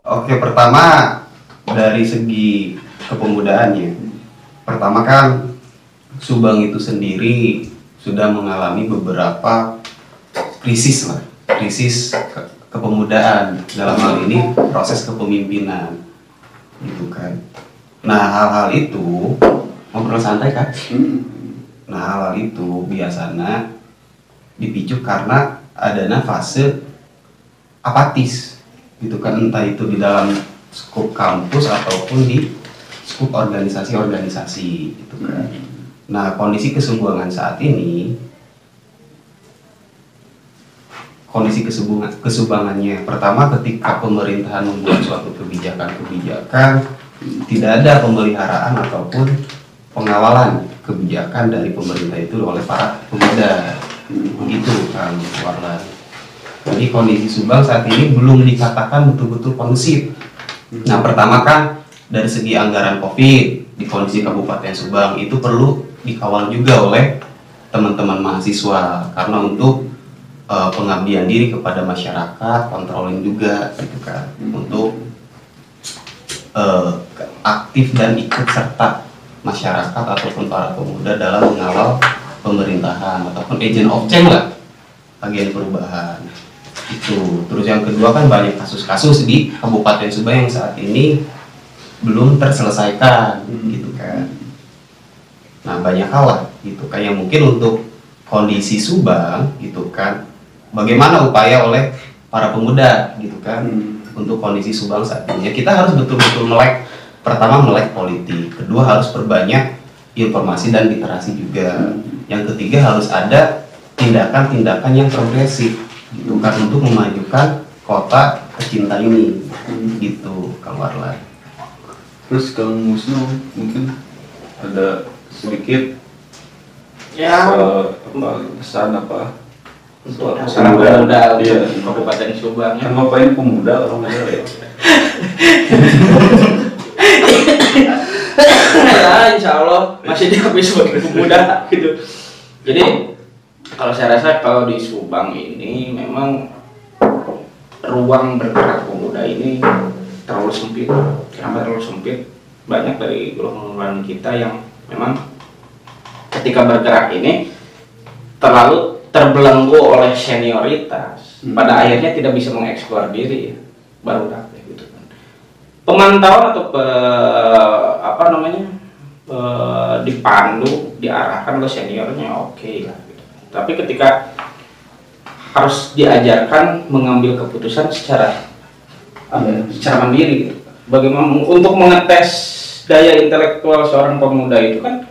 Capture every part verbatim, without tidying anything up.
Oke, pertama dari segi kepemudaannya. Pertama kan Subang itu sendiri sudah mengalami beberapa krisis lah, krisis ke kepemudaan, dalam hal ini proses kepemimpinan, gitu kan. Nah hal-hal itu ngobrol santai kan? Nah hal-hal itu biasanya dipicu karena adanya fase apatis, gitu kan, entah itu di dalam skup kampus ataupun di skup organisasi-organisasi, gitu kan. Nah kondisi keseimbangan saat ini, kondisi keseimbangan keseimbangannya pertama ketika pemerintahan membuat suatu kebijakan-kebijakan, tidak ada pemeliharaan ataupun pengawalan kebijakan dari pemerintah itu oleh para pemuda, begitu kan Warna. Jadi kondisi Subang saat ini belum dikatakan betul-betul kondusif. Nah pertama kan dari segi anggaran COVID di kondisi Kabupaten Subang itu perlu dikawal juga oleh teman-teman mahasiswa karena untuk uh, pengabdian diri kepada masyarakat, controlling juga gitu kan, untuk uh, aktif dan ikut serta masyarakat ataupun para pemuda dalam mengawal pemerintahan ataupun agent of change lah, agen perubahan itu. Terus yang kedua kan banyak kasus-kasus di Kabupaten Subang yang saat ini belum terselesaikan, gitu kan. Nah banyak hal lah, gitu kan, yang mungkin untuk kondisi Subang, gitu kan, bagaimana upaya oleh para pemuda, gitu kan, hmm. untuk kondisi Subang saat ini. Ya, kita harus betul-betul melek, pertama melek politik, kedua harus perbanyak informasi dan literasi juga, hmm. yang ketiga harus ada tindakan-tindakan yang progresif, gitu kan, untuk memajukan kota tercinta ini, hmm. gitu, Kang Warlan. Terus Kang Musno mungkin ada sedikit ya uh, apa pesan apa untuk masyarakat pemuda di iya. Kabupaten Subang ya. Ngapain pemuda orang muda ya? Ya insya Allah masih diakui sebagai pemuda gitu. Jadi kalau saya rasa kalau di Subang ini memang ruang bergerak pemuda ini terlalu sempit. Kenapa terlalu sempit? Banyak dari golongan kita yang memang ketika bergerak ini terlalu terbelenggu oleh senioritas, hmm. pada akhirnya tidak bisa mengeksplor diri, baru dapat gitu kan. Pemantauan atau pe, apa namanya pe, dipandu, diarahkan oleh seniornya oke okay lah. Gitu. Tapi ketika harus diajarkan mengambil keputusan secara hmm. secara mandiri, gitu. Bagaimana untuk mengetes daya intelektual seorang pemuda itu kan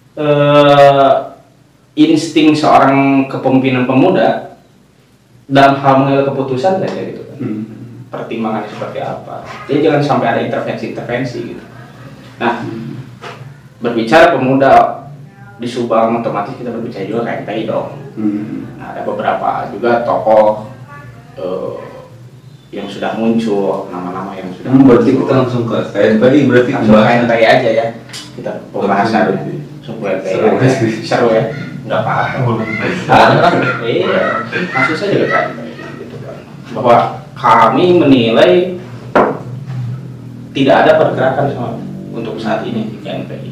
uh, insting seorang kepemimpinan pemuda dalam hal mengambil keputusan saja gitu kan. Hmm. Pertimbangannya seperti apa. Jadi jangan sampai ada intervensi-intervensi gitu. Nah, hmm. berbicara pemuda di Subang otomatis kita berbicara juga K N P I dong. Hmm. Nah, ada beberapa juga tokoh uh, yang sudah muncul, nama-nama yang sudah hmm, muncul. Berarti kita langsung ke K N P I, berarti langsung K N P I aja ya. Kita pembahasan langsung K N P I aja. Seru ya? Enggak apa-apa. Iya, maksud saya juga K N P I gitu kan. Bahwa kami menilai tidak ada pergerakan sama untuk saat ini di K N P I.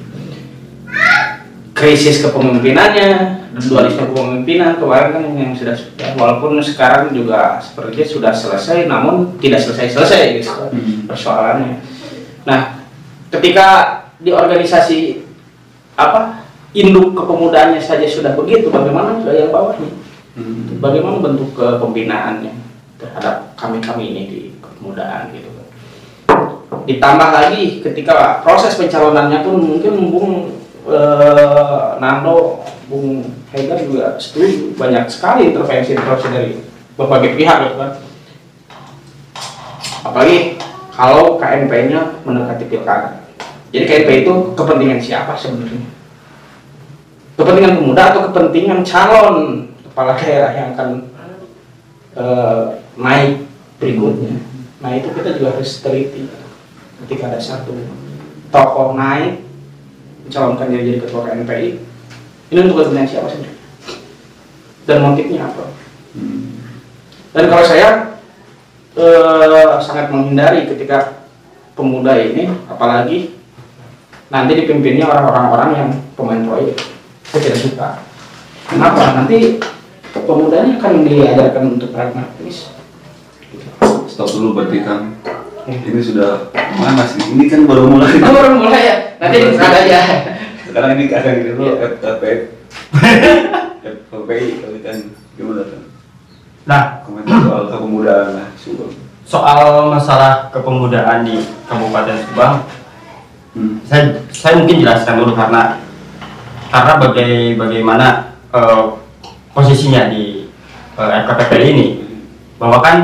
Krisis kepemimpinannya, dualisme kepemimpinan kemarin kan yang sudah ya, walaupun sekarang juga sepertinya sudah selesai, namun tidak selesai-selesai gitu hmm. persoalannya. Nah, ketika di organisasi apa induk kepemudaan saja sudah begitu, bagaimana yang bawahnya? Hmm. Bagaimana bentuk kepembinaannya terhadap kami-kami ini di kepemudaan gitu. Ditambah lagi ketika proses pencalonannya pun mungkin Bung Uh, Nando, Bung Haidar juga setuju banyak sekali intervensi-intervensi dari berbagai pihak gitu kan. Apalagi kalau K N P I-nya mendekati pilkada. Jadi K N P I itu kepentingan siapa sebenarnya? Kepentingan pemuda atau kepentingan calon kepala daerah yang akan uh, naik berikutnya? Nah itu kita juga harus teliti. Ketika ada satu tokoh naik mencalonkan dia jadi ketua K N P I, ini untuk kepentingan siapa sebenarnya? Dan motifnya apa? Hmm. Dan kalau saya eh, sangat menghindari ketika pemuda ini, apalagi nanti dipimpinnya orang-orang yang pemain proyek. Saya tidak suka. Kenapa? Nanti pemudanya akan diajarkan untuk pragmatis. Stop dulu berarti kan. Ini sudah mana sih? Ini kan baru mulai. Oh, baru mulai ya. Nanti diserah aja. Sekarang ini kadang gitu loh, Iya. F K P F K P I kalau kan gimana tuh? Nah, Komentar soal kepemudaan lah, Subang. soal masalah kepemudaan di Kabupaten Subang, Hmm. saya saya mungkin jelaskan dulu karena karena baga bagaimana eh, posisinya di eh, F K P P I ini, bahwa kan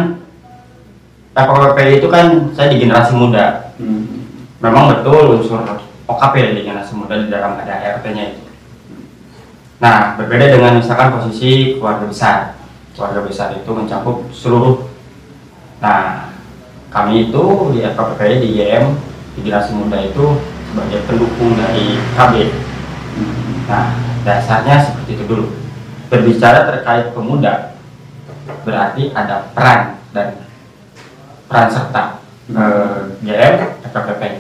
F K P P I itu kan saya di generasi muda. Hmm. Memang betul unsur O K P di generasi muda di dalam ada R T-nya itu. Nah, berbeda dengan misalkan posisi keluarga besar. Keluarga besar itu mencakup seluruh. Nah, kami itu di F K P P I di Y M di generasi muda itu sebagai pendukung dari K B. Nah, dasarnya seperti itu dulu. Berbicara terkait pemuda, berarti ada peran dan peran serta eh, G M F K P P I.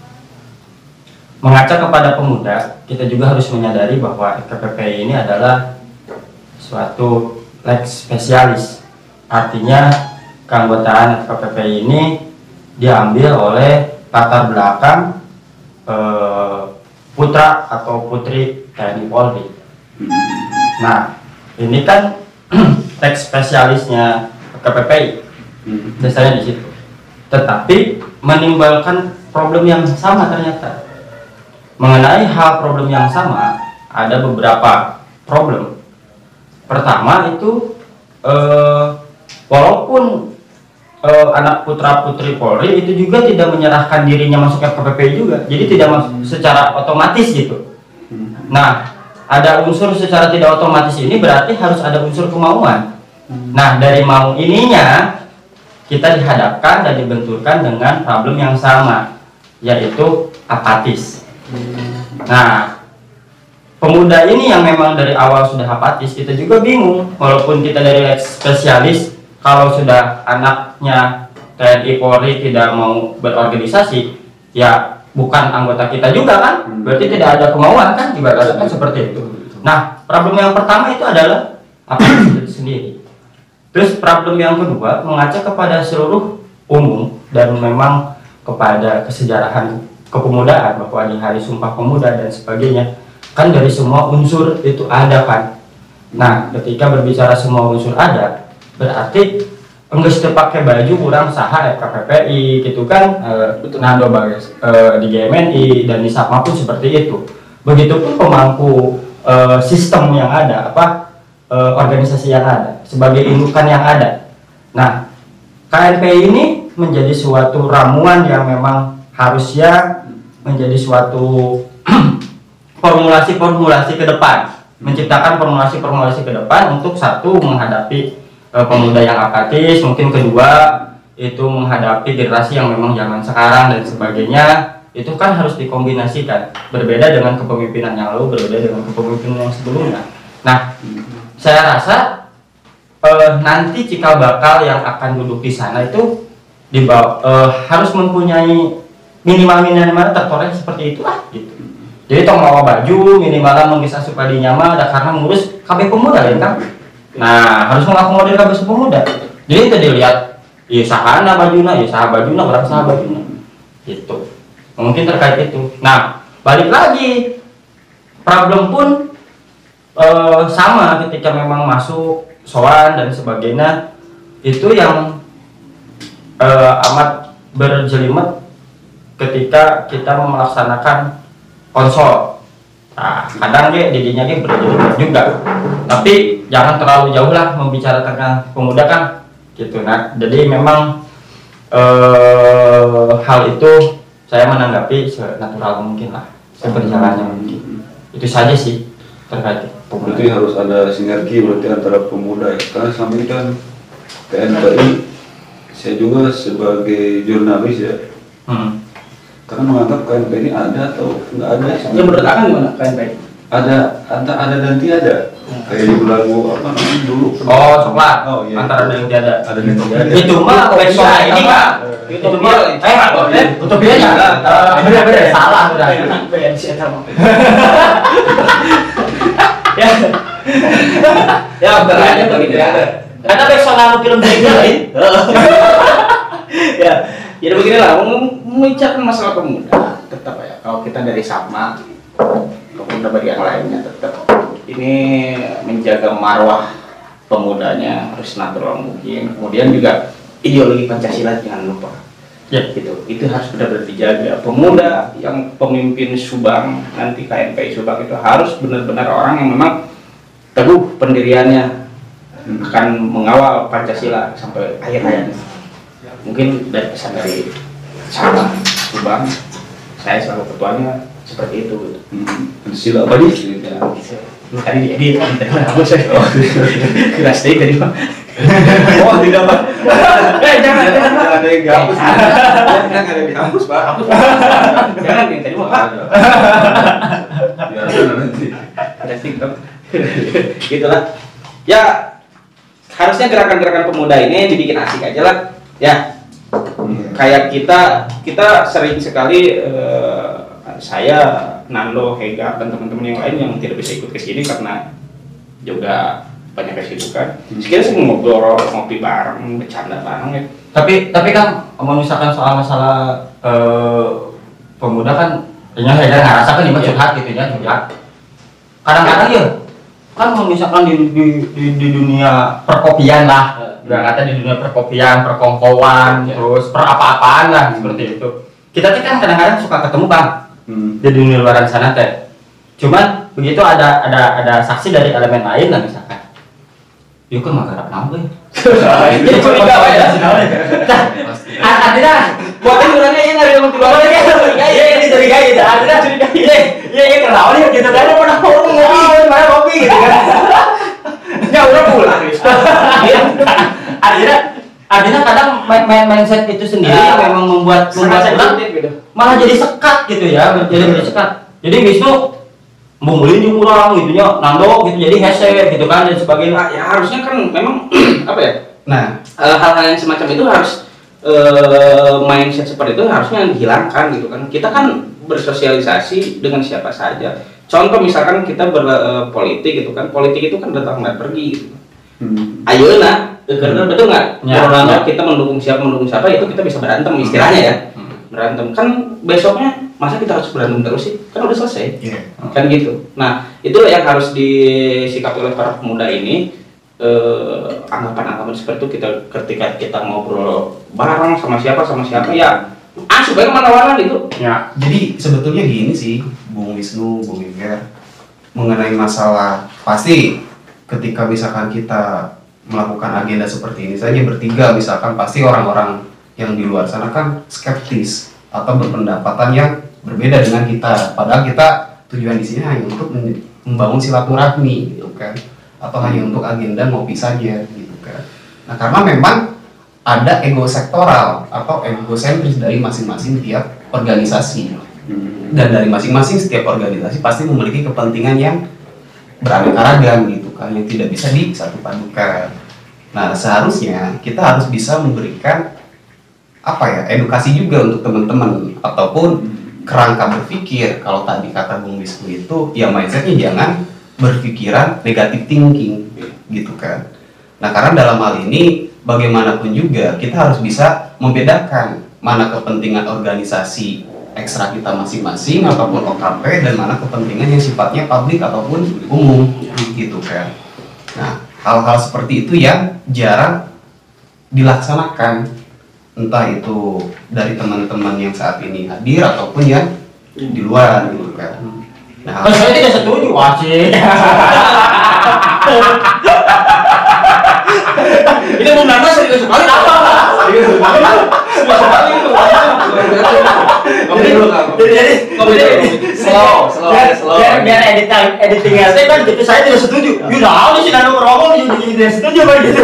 Mengaca kepada pemuda, kita juga harus menyadari bahwa F K P P I ini adalah suatu leg spesialis. Artinya keanggotaan F K P P I ini diambil oleh latar belakang eh, putra atau putri T N I Polri. Nah, ini kan teks spesialisnya F K P P I, dasarnya di situ. Tetapi menimbulkan problem yang sama ternyata. Mengenai hal problem yang sama, ada beberapa problem. Pertama itu, eh, walaupun eh, anak putra putri Polri itu juga tidak menyerahkan dirinya masuk F K P P I juga, jadi tidak masuk secara otomatis gitu. Nah, ada unsur secara tidak otomatis ini berarti harus ada unsur kemauan. Nah, dari mau ininya kita dihadapkan dan dibenturkan dengan problem yang sama, yaitu apatis. Nah, pemuda ini yang memang dari awal sudah apatis, kita juga bingung. Walaupun kita dari spesialis, kalau sudah anaknya T N I Polri tidak mau berorganisasi, ya bukan anggota kita juga kan? Berarti tidak ada kemauan kan? Juga kan seperti itu. Nah, problem yang pertama itu adalah apatis itu sendiri. Terus problem yang kedua mengaca kepada seluruh umum dan memang kepada kesejarahan kepemudaan, bahwa di hari Sumpah Pemuda dan sebagainya kan dari semua unsur itu ada kan. Nah, ketika berbicara semua unsur ada, berarti enggak pakai baju kurang saha F K P P I gitu kan, e, nando bagas e, di G M N I dan di Sapma pun seperti itu. Begitupun pemangku e, sistem yang ada, apa e, organisasi yang ada sebagai indukan yang ada. Nah, K N P I ini menjadi suatu ramuan yang memang harusnya menjadi suatu formulasi-formulasi ke depan, menciptakan formulasi-formulasi ke depan untuk satu menghadapi e, pemuda yang apatis, mungkin kedua itu menghadapi generasi yang memang zaman sekarang dan sebagainya. Itu kan harus dikombinasikan, berbeda dengan kepemimpinan yang lalu, berbeda dengan kepemimpinan yang sebelumnya. Nah, saya rasa e, nanti cikal bakal yang akan duduk di sana itu dibawa, e, harus mempunyai minimal minimal tertoreh seperti itu lah gitu. Jadi tong bawa baju minimal mengisah supaya nyaman, ada karena mengurus K B pemuda ya kan. Nah, harus mengakomodir K B pemuda. Jadi itu dilihat, iya sahana bajuna, iya sah bajuna, berapa sah bajuna. Gitu. Mungkin terkait itu. Nah, balik lagi, problem pun e, sama ketika memang masuk soal dan sebagainya, itu yang e, amat berjelimet ketika kita melaksanakan konsol. Nah, kadang dia didinya dia berjelimet juga, tapi jangan terlalu jauh lah membicarakan tentang pemuda kan gitu. Nah, jadi memang e, hal itu saya menanggapi senatural mungkin lah, seberjalannya mungkin. Itu saja sih terkait pemuda. Berarti harus ada sinergi berarti antara pemuda ya. Karena selama ini kan K N P I, saya juga sebagai jurnalis ya, Hmm. karena menganggap K N P I ini ada atau nggak ada. Ya menurut Akang gimana K N P I? Ada, ada, ada dan tiada. Hmm. kayak di lagu apa namanya dulu. Oh, coklat. Oh iya. Antara ada yang tiada. Ada yang tiada. Itu mah backsound ini Kak. Itu mah eh utopia ya. Benar-benar salah udah. band sih eta mah. Ya. Ya, berarti begini ya. Ada backsound anu film Jengkel lain. Ya, jadi beginilah membicarakan masalah pemuda tetap ya. Kalau kita dari sama pemuda bagian lainnya tetap ini menjaga marwah pemudanya harus natural mungkin. Kemudian juga ideologi Pancasila jangan lupa. Ya, Gitu. Itu harus benar-benar dijaga. Pemuda yang pemimpin Subang nanti K M P I Subang itu harus benar-benar orang yang memang teguh pendiriannya akan mengawal Pancasila sampai akhir hayatnya. Mungkin dari pesan dari sama Subang, saya selaku ketuanya seperti itu. Gitu. Hmm. Sila abadi gitu ya. Lu tadi diedit, tadi apa saya? Keras deh tadi mah. Oh tidak pak. Eh jangan, jangan pak. Ada yang gabus. Jangan ada yang dihapus pak. Hapus pak. Jangan yang tadi mah pak. Biar ada nanti. Ada TikTok. Gitulah. Ya harusnya gerakan-gerakan pemuda ini dibikin asik aja lah. Ya. Kayak kita kita sering sekali eh, saya, Nando, Hega dan teman-teman yang lain yang tidak bisa ikut ke sini karena juga banyak kesibukan. Sekitar sih ngobrol, ngopi bareng, bercanda bareng ya. Tapi tapi kan kalau misalkan soal masalah eh, pemuda kan ini saya ngerasa kan ini curhat gitu ya, curhat. Kadang-kadang ya kan kalau misalkan di, di, di, di dunia perkopian lah, udah kata di dunia perkopian, perkongkowan, Ya. terus per apa-apaan lah seperti itu. Kita tuh kan kadang-kadang suka ketemu Bang Hmm. di dunia luaran sana teh. Cuman begitu ada ada ada saksi dari elemen lain lah misalkan. Yuk kan magarap nambah ya. Jadi curiga we ya. Nah, artinya Buatin orangnya yang ada yang oh iya iya ini curiga gitu. Artinya curiga. Iya iya iya kenapa nih gitu kan pernah ngomong ngopi, mana ngopi gitu kan. Ya udah pulang. Artinya artinya kadang main mindset itu sendiri yang memang membuat membuat orang gitu. malah jadi sekat gitu ya, jadi jadi sekat. Jadi Wisnu membeli juga orang gitu nya, Nando gitu jadi hese gitu kan dan sebagainya. Nah, ya harusnya kan memang apa ya? Nah, eh, hal-hal yang semacam itu harus eh, mindset seperti itu harusnya dihilangkan gitu kan. Kita kan bersosialisasi dengan siapa saja. Contoh misalkan kita berpolitik gitu kan. Politik itu kan datang dan pergi gitu. Hmm. Ayo nah, karena betul nggak? Ya, Kalau ya. kita mendukung siapa mendukung siapa itu kita bisa berantem istilahnya ya. Berantem kan besoknya masa kita harus berantem terus sih? Kan udah selesai. iya. Kan gitu. Nah, itulah yang harus disikapi oleh para pemuda ini. Eh, anggapan-anggapan seperti itu kita ketika kita ngobrol bareng sama siapa sama siapa ya ah supaya kemana-mana gitu. Ya. Jadi sebetulnya gini sih, Bung Wisnu, Bung Inger, mengenai masalah pasti ketika misalkan kita melakukan agenda seperti ini saja bertiga, misalkan pasti orang-orang yang di luar sana kan skeptis atau berpendapatan yang berbeda dengan kita. Padahal kita tujuan di sini hanya untuk membangun silaturahmi gitu kan, atau hanya untuk agenda ngopi saja gitu kan. Nah karena memang ada ego sektoral atau egosentris dari masing-masing tiap organisasi, Hmm. dan dari masing-masing setiap organisasi pasti memiliki kepentingan yang beraneka ragam gitu kan, yang tidak bisa disatupadukan. Nah seharusnya kita harus bisa memberikan apa ya, edukasi juga untuk teman-teman ataupun kerangka berpikir. Kalau tadi kata Bung Wisnu itu ya mindsetnya jangan berpikiran negatif thinking gitu kan. Nah karena dalam hal ini bagaimanapun juga kita harus bisa membedakan mana kepentingan organisasi ekstra kita masing-masing ataupun O K P dan mana kepentingan yang sifatnya publik ataupun umum gitu kan. Nah hal-hal seperti itu yang jarang dilaksanakan, entah itu dari teman-teman yang saat ini hadir ataupun yang di luar gitu kan. Nah, Kalau saya tidak setuju, wajib. Ini Bung Nanda serius sekali apa? Serius sekali itu. Ngopi dulu Kak. Jadi jadi Ngopi dulu. Slow, slow, biar, slow. biar, biar editing editingnya saya kan gitu saya tidak setuju. Yuk nah ini si Nando ngomong jadi jadi tidak setuju kan gitu.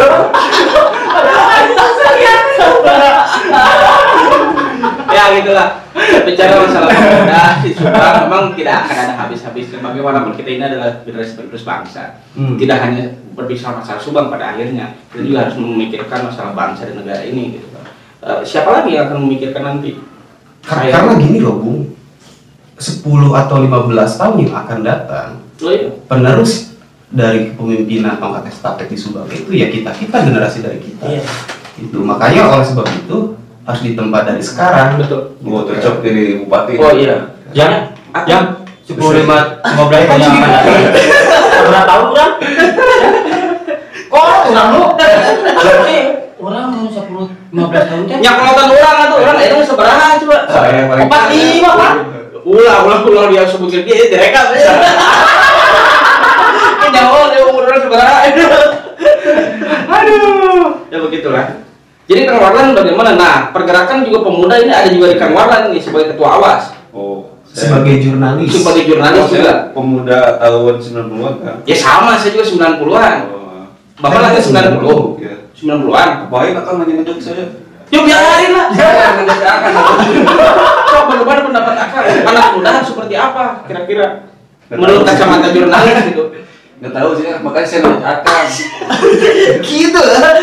Ya gitulah. Bicara masalah pemuda di Subang memang tidak akan ada habis-habisnya. Bagaimanapun kita ini adalah generasi penerus bangsa. Hmm. Tidak hanya berbicara masalah Subang pada akhirnya, kita juga harus memikirkan masalah bangsa dan negara ini. Gitu. Uh, siapa lagi yang akan memikirkan nanti? Karena, Saya- karena gini loh Bung, sepuluh atau lima belas tahun yang akan datang, Oh, iya. penerus dari kepemimpinan tongkat estafet di Subang itu ya kita kita generasi dari kita. Iya. Itu makanya oleh sebab itu harus ditempa dari sekarang. Betul. Gua cocok jadi bupati. Oh iya. Yang yang sepuluh lima lima belas tahun yang akan datang. Berapa tahun kurang? Kok kurang lu? Orang mau sepuluh lima belas tahun kan? Yang kelihatan orang itu orang itu seberapa coba? Saya yang paling Empat lima kan? Ulah ulah ulah dia sebutin dia direkam. Ini jauh dia umur orang seberapa itu. Aduh, ya begitulah. Jadi Kang Warlan bagaimana? Nah, pergerakan juga pemuda ini ada juga di Kang Warlan nih sebagai ketua awas, Oh, saya Sebagai jurnalis. sebagai jurnalis Oh, saya juga. pemuda tahun sembilan puluhan kan. Ya sama, saya juga sembilan puluhan. Oh, Bapak lagi sembilan puluh, ya. sembilan puluhan. Ngapain akan menyebut saya? Ya biarin lah. Jangan mendekat. Coba bagaimana pendapat akang? Anak muda seperti apa kira-kira? Menurut kacamata jurnalis gitu. Nggak tahu sih, makanya saya nanya akan. Gitu lah.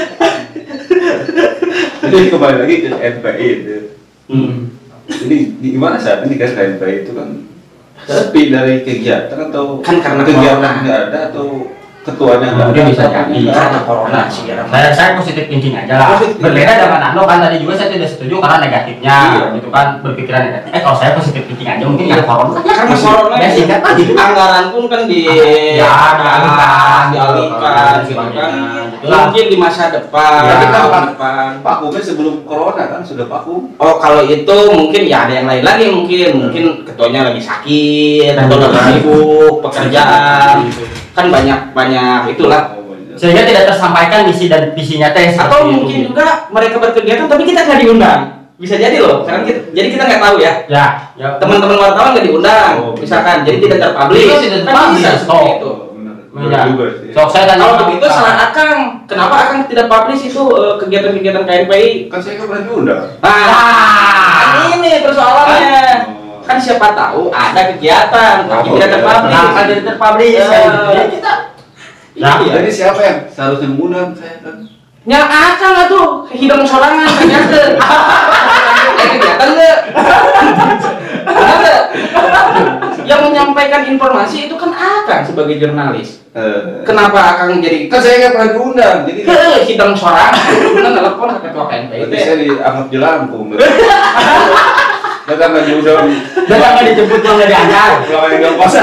Jadi kembali lagi ke N P I itu. Hmm. Jadi di mana saat ini kan N P I itu kan sepi dari kegiatan atau Kan karena kegiatan corona. nggak ada atau ketuanya nggak ada? Mungkin bisa atau jadi. nggak Karena ada? corona sih ya. Saya saya positif thinking aja lah. Positif. Berbeda dengan Ando kan tadi juga saya tidak setuju karena negatifnya, Iya. gitu kan berpikiran negatif. Eh kalau saya positif thinking aja mungkin Iya. nggak corona. Karena corona ya singkat aja. anggaran pun kan di Ya, dialihkan, dialihkan gitu gitu kan. kan. Itulah. Mungkin di masa depan, Ya, kita tahun pak- depan. Vakumnya sebelum corona kan sudah vakum. Oh kalau itu mungkin ya ada yang lain lagi mungkin mungkin ketuanya lagi sakit atau lagi sibuk pekerjaan kan banyak banyak itulah Oh, banyak. Sehingga tidak tersampaikan misi dan visinya teh. atau seperti mungkin itu. juga mereka berkegiatan tapi kita nggak diundang bisa jadi loh karena kita, jadi kita nggak tahu ya Ya, ya. teman-teman wartawan nggak diundang Oh, misalkan jadi tidak terpublish Itu tidak kan terpublish, bisa seperti oh. itu. Oh, benar. Ya. Benar juga sih. Sok saya tanya Kalau sama begitu Kang. salah Akang kenapa Akang tidak publish itu eh, kegiatan-kegiatan K N P I Kan saya nggak pernah diundang. nah kan ini persoalannya Oh. kan siapa tahu ada kegiatan tapi Oh, tidak iya. terpublish Nah, kan tidak terpublish. Ya. kan gitu. Ya, kita Nah, Nah, Jadi siapa yang seharusnya mengundang saya kan? yang Akang lah tuh hidung sorangan ternyata ada kegiatan nggak ada nggak? Yang menyampaikan informasi itu kan Akang sebagai jurnalis Eh, kenapa Akang jadi kan saya nggak pernah diundang. Jadi ke hidung sorangan kemudian telepon ke ketua K N P I berarti saya dianggap jelangkung. Datang nggak diundang. datang nggak dijemput yang nggak diantar. Pulang yang nggak kosan.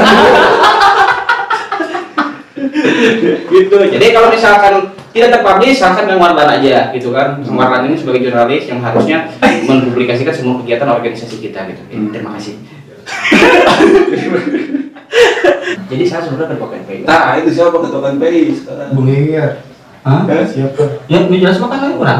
gitu. Jadi kalau misalkan tidak terpublish, misalkan Kang Warlan aja gitu kan. Kang Warlan ini sebagai jurnalis yang harusnya mempublikasikan semua kegiatan organisasi kita gitu. Hmm. Terima kasih. Jadi saya sebenarnya ketua K N P I. Nah itu siapa ketua K N P I sekarang? Bung Yeyar. Hah? Eh, Siapa? Ya, ini jelas makan kan kurang.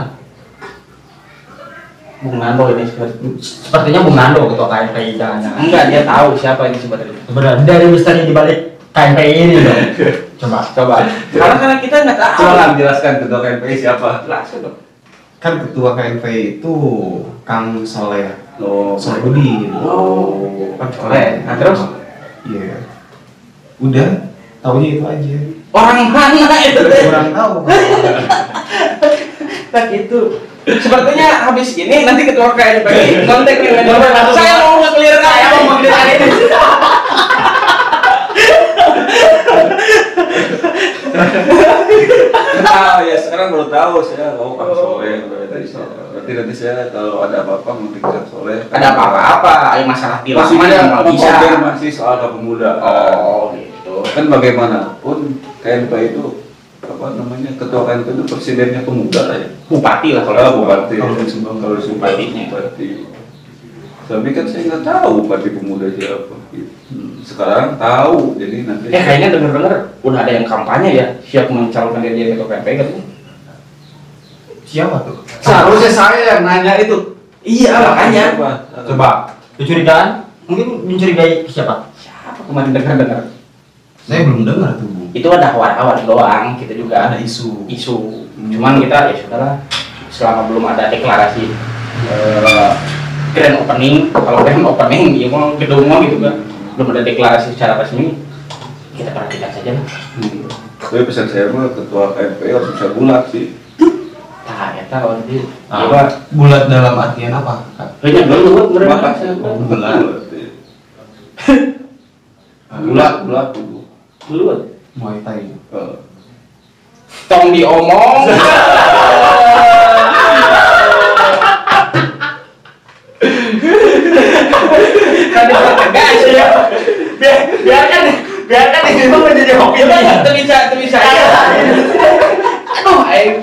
Bung Nando ini sebenarnya. Sepertinya Bung Nando ketua K N P I jangan-jangan. Enggak, dia tahu siapa ini sebenarnya. Sebenarnya dari misteri di balik K N P I ini dong. Coba. Coba. Karena karena kita nggak tahu. Silakan jelaskan ketua K N P I siapa? Jelaskan dong. Kan ketua K N P I itu Kang Soleh Oh, Solehudin. Oh, Soleh. Nah, terus? Iya. Udah, taunya itu aja. Orang mana itu? teh? Kurang tahu. Tak itu. Sepertinya habis ini nanti ketua K N P I kontak nih manajemen. Saya mau nge-clear saya mau mengerjakan ini. Ah ya sekarang baru tahu saya oh Kang Soleh berarti saya. Berarti nanti saya kalau ada apa-apa mungkin Kang Soleh. Ada apa-apa, ayo masalah tilang Maksudnya yang nggak bisa. mengkonfirmasi soal kepemudaan. Oh, gitu. Kan bagaimanapun K N P I itu apa namanya ketua K N P I itu presidennya pemuda lah ya. Bupati lah kalau Kalau bupati, Kalau di Subang. kalau di Subang Bupatinya. bupati. Tapi kan saya nggak tahu bupati pemuda siapa. Hmm, Sekarang tahu, jadi nanti. Eh kayaknya denger-denger udah ada yang kampanye ya, siap mencalonkan diri jadi ketua K N P I kan? Siapa tuh? Seharusnya saya yang nanya itu. Iya makanya. Coba. Coba. Kecurigaan? Mungkin mencurigai siapa? Siapa kemarin dengar-dengar? Saya belum dengar tuh, Bung. Itu ada awal-awal doang, kita juga Ada isu. isu. Cuman kita ya sudahlah, selama belum ada deklarasi eh, K grand opening. Kalau grand opening ya mau gedung mau gitu kan belum ada deklarasi secara resmi, kita perhatikan saja lah. Hmm. Tapi pesan saya mah ketua K M P I harus bisa bulat sih. Nah, ya tahu nanti. Ah, Coba bulat dalam artian apa, Kak? kayaknya dulu buat beneran. Makasih. Oh, bulat. Bulat, bulat dulu. Dulu. Muay Thai. Eh, Tong diomong. Kan tegas ya. Biar biarkan biarkan ini tuh menjadi hobi dia. Itu bisa itu bisa. Aduh, aing.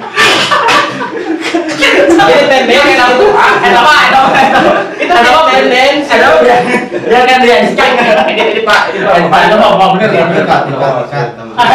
Jadi tendensi itu ah, enak enak. Itu memang tendensi. Aduh, biarkan dia diskak. Ini ini Pak, ini Pak. Pak itu mau bener ya. Dekat, dekat, dekat.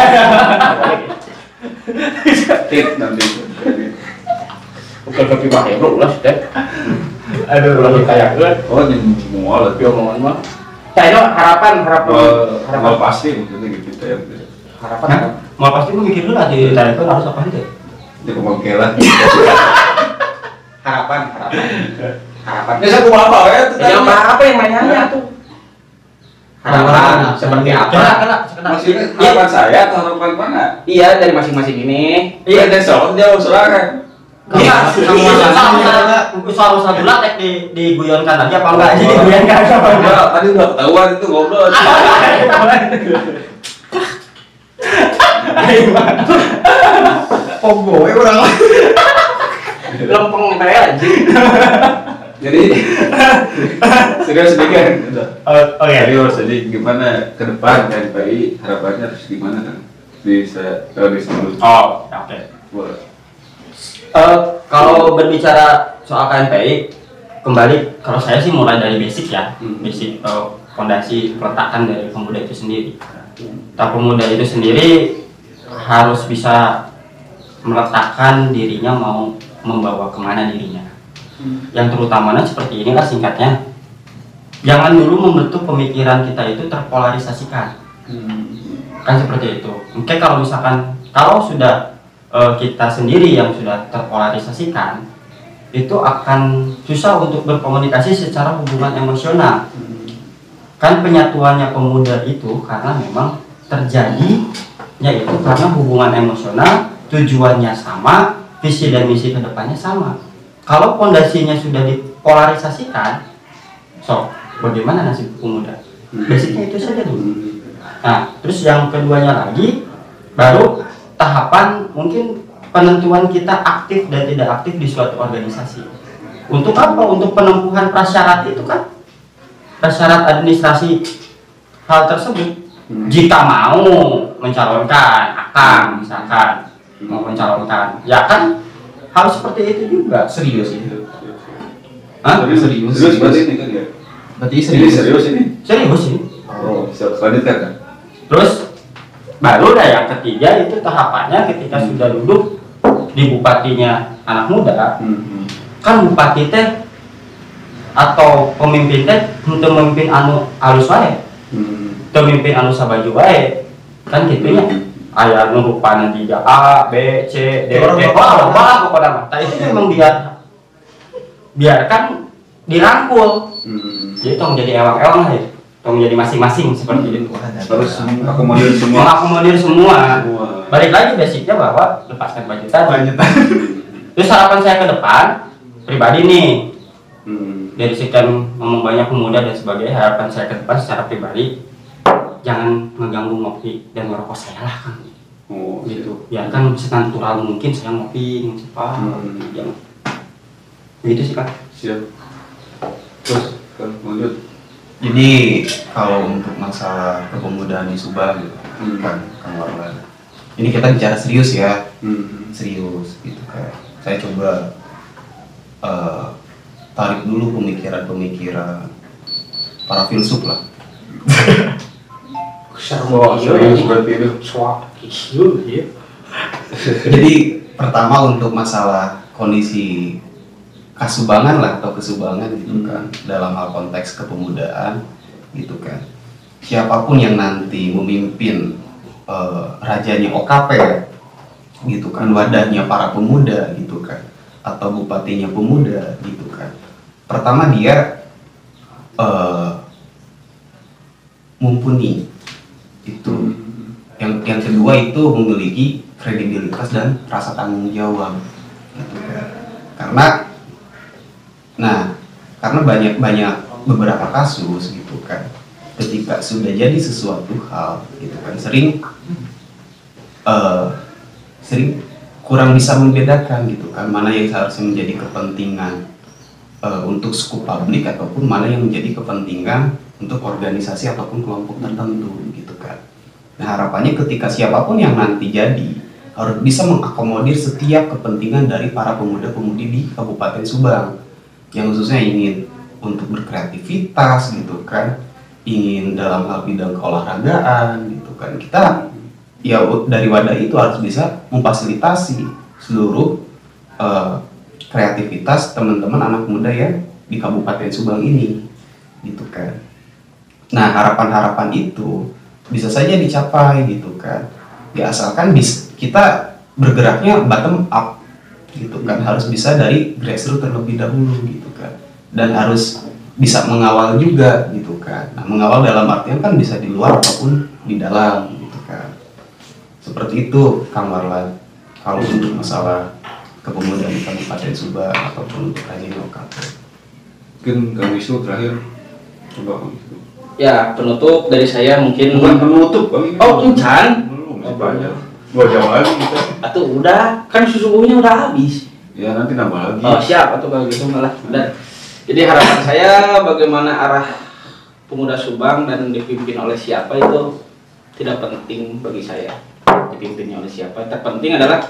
Tip nanti. Bukan kopi Pak ya, bro, lah sudah. Aduh, lagi kayak gue. Oh, ini mual. Tapi omongan mah. Saya harapan harapan Mal harapan pasti maksudnya gitu ya. harapan. Nah, mau pasti gue mikir dulu lah di telepon harus apa itu. Di kemungkinan. Harapan harapan harapan. Ya saya mau apa ya? Ya apa yang mainnya tuh? Harapan seperti apa? Kena, kena, kena. Maksudnya harapan saya atau harapan mana? Iya dari masing-masing ini. Iya, dan soal jauh silakan. Iya, sama sama usaha-usaha bulat tek di diguyonkan lagi apa enggak? Jadi diguyonkan apa enggak? Enggak, tadi udah ketahuan itu ngobrol. Pogo, eh orang lain. Lempeng teh anjing. Jadi serius sedikit gitu. Oke. Serius, jadi gimana ke depan K M P I harapannya harus gimana kan? Bisa kalau disebut. Oh, oke. Boleh. Eh, kalau berbicara soal K M P I, kembali kalau saya sih mulai dari basic ya, Hmm. basic eh, fondasi peletakan dari pemuda itu sendiri. Tak pemuda itu sendiri harus bisa meletakkan dirinya mau membawa kemana dirinya. Yang terutamanya seperti inilah singkatnya. Jangan dulu membentuk pemikiran kita itu terpolarisasikan. Kan seperti itu. Oke, kalau misalkan kalau sudah uh, kita sendiri yang sudah terpolarisasikan, itu akan susah untuk berkomunikasi secara hubungan emosional. Kan penyatuannya pemuda itu karena memang terjadi yaitu karena hubungan emosional, tujuannya sama, visi dan misi kedepannya sama. Kalau pondasinya sudah dipolarisasikan, so bagaimana nasib pemuda? Basicnya itu saja dulu. Nah, terus yang keduanya lagi, baru tahapan mungkin penentuan kita aktif dan tidak aktif di suatu organisasi. Untuk apa? Untuk penempuhan prasyarat itu kan, prasyarat administrasi hal tersebut. Jika mau mencalonkan, akan misalkan mau mencalonkan, ya kan harus seperti itu juga. Serius ya? Hah? Serius, serius. Serius berarti ini kan ya? Berarti Ini serius. serius ini. Serius sih. Oh, bisa lanjutkan kan? Terus baru dah yang ketiga itu tahapannya ketika sudah duduk di bupatinya anak muda, Hmm. kan bupati teh atau pemimpin teh untuk memimpin anu alus wae, Hmm. pemimpin anu sabaju wae, kan gitunya. Aya nu rupana tiga A, B, C, D, E, wah, wah, pokoknya mah. Tah itu memang biar biarkan dirangkul. Hmm. Jadi tong jadi ewang-ewang lah ya. Tong jadi masing-masing seperti itu. Harus mengakomodir semua. Mengakomodir semua. Semua. Balik lagi basicnya bahwa lepaskan baju tadi. Lanjutan. Terus harapan saya ke depan pribadi nih, Hmm. dari sekian ngomong banyak pemuda dan sebagainya, harapan saya ke depan secara pribadi jangan mengganggu ngopi dan ngerokok saya lah kan. Oh, Gitu. Biarkan senatural mungkin saya ngopi dengan siapa. Hmm. Jangan. Begitu sih Kak. siap. Terus kan lanjut. Jadi kalau untuk masalah kepemudaan di Subang gitu, Hmm. kan Kang Warlan. Ini kita bicara serius ya, Hmm. serius gitu kayak. Saya coba eh, tarik dulu pemikiran-pemikiran para filsuf lah. Seru Serius berarti itu. Suap isu ya. Jadi pertama untuk masalah kondisi kasubangan lah atau kesubangan gitu kan, dalam hal konteks kepemudaan gitu kan. Siapapun yang nanti memimpin eh, rajanya O K P gitu kan, wadahnya para pemuda gitu kan, atau bupatinya pemuda gitu kan, pertama dia uh, mumpuni itu, yang yang kedua itu memiliki kredibilitas dan rasa tanggung jawab gitu kan. Karena nah karena banyak banyak beberapa kasus gitu kan, ketika sudah jadi sesuatu hal gitu kan sering uh, sering kurang bisa membedakan gitu kan, mana yang seharusnya menjadi kepentingan uh, untuk skup publik ataupun mana yang menjadi kepentingan untuk organisasi ataupun kelompok tertentu gitu kan. Nah harapannya ketika siapapun yang nanti jadi harus bisa mengakomodir setiap kepentingan dari para pemuda-pemudi di Kabupaten Subang yang khususnya ingin untuk berkreativitas gitu kan, ingin dalam hal bidang keolahragaan gitu kan. Kita ya dari wadah itu harus bisa memfasilitasi seluruh uh, kreativitas teman-teman anak muda yang di Kabupaten Subang ini gitu kan. Nah harapan-harapan itu bisa saja dicapai gitu kan ya, asalkan bis, kita bergeraknya bottom up gitu kan, harus bisa dari grassroots terlebih dahulu gitu kan, dan harus bisa mengawal juga gitu kan. Nah mengawal dalam artian kan bisa di luar ataupun di dalam gitu kan. Seperti itu Kang Marlan kalau untuk masalah kepemudaan di Kabupaten Subang ataupun untuk Rajin Lokal. Mungkin Kang Wisnu terakhir, coba Kang Wisnu. Ya penutup dari saya mungkin. Bukan penutup Bang. Oh encan. Belum, masih banyak. Dua jam lagi kita. Atau udah, kan sesungguhnya udah habis. Ya nanti nambah lagi. Oh siap, atau kalau gitu malah. Dan jadi harapan saya bagaimana arah pemuda Subang dan dipimpin oleh siapa itu tidak penting bagi saya. Dipimpinnya oleh siapa, terpenting adalah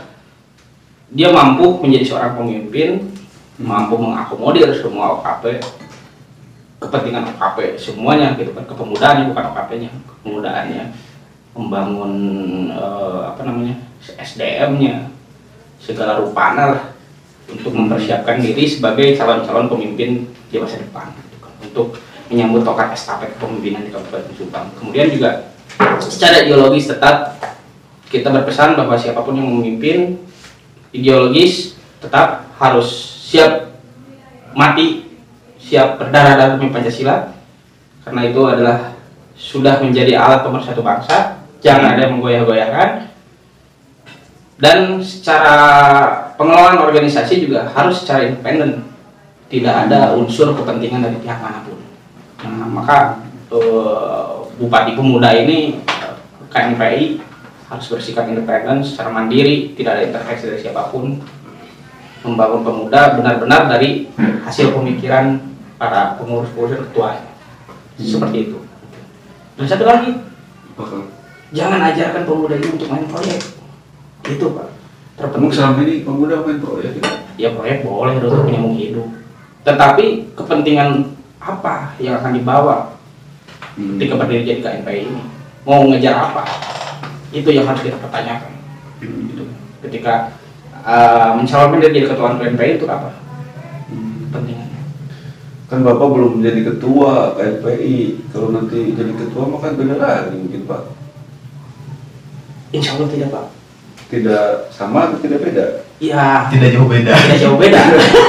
dia mampu menjadi seorang pemimpin, mampu mengakomodir semua O K P, kepentingan O K P semuanya gitu kan, kepemudaannya bukan O K P-nya, kepemudaannya, membangun eh, apa namanya S D M-nya, segala rupanya lah untuk mempersiapkan diri sebagai calon-calon pemimpin di masa depan gitu kan, untuk menyambut tongkat estafet kepemimpinan di Kabupaten Subang. Kemudian juga secara ideologis tetap kita berpesan bahwa siapapun yang memimpin ideologis tetap harus siap mati, siap berdarah-darah demi Pancasila, karena itu adalah sudah menjadi alat pemersatu bangsa. Jangan ada yang menggoyah-goyahkan, dan secara pengelolaan organisasi juga harus secara independen, tidak ada unsur kepentingan dari pihak manapun. Nah, maka uh, Bupati Pemuda ini K N P I harus bersikap independen, secara mandiri, tidak ada intervensi dari siapapun, membangun pemuda benar-benar dari hasil pemikiran para pengurus-pengurus ketua, seperti itu. Dan satu lagi, jangan ajarkan pemuda ini untuk main proyek, itu Pak. Terpenting selama ini pemuda main proyek ya? Ya proyek boleh untuk menyambung hidup, tetapi kepentingan apa yang akan dibawa hmm. ketika berdiri jadi K N P I ini, mau ngejar apa? Itu yang harus kita pertanyakan. Hmm. Gitu. Ketika uh, mencalonkan diri jadi ketua K N P I itu apa? Hmm. Kepentingannya. Kan Bapak belum menjadi ketua K N P I, kalau nanti jadi ketua maka beda lagi mungkin Pak. Insya Allah tidak Pak. Tidak sama atau tidak beda? Ya. Tidak jauh beda. Tidak jauh beda.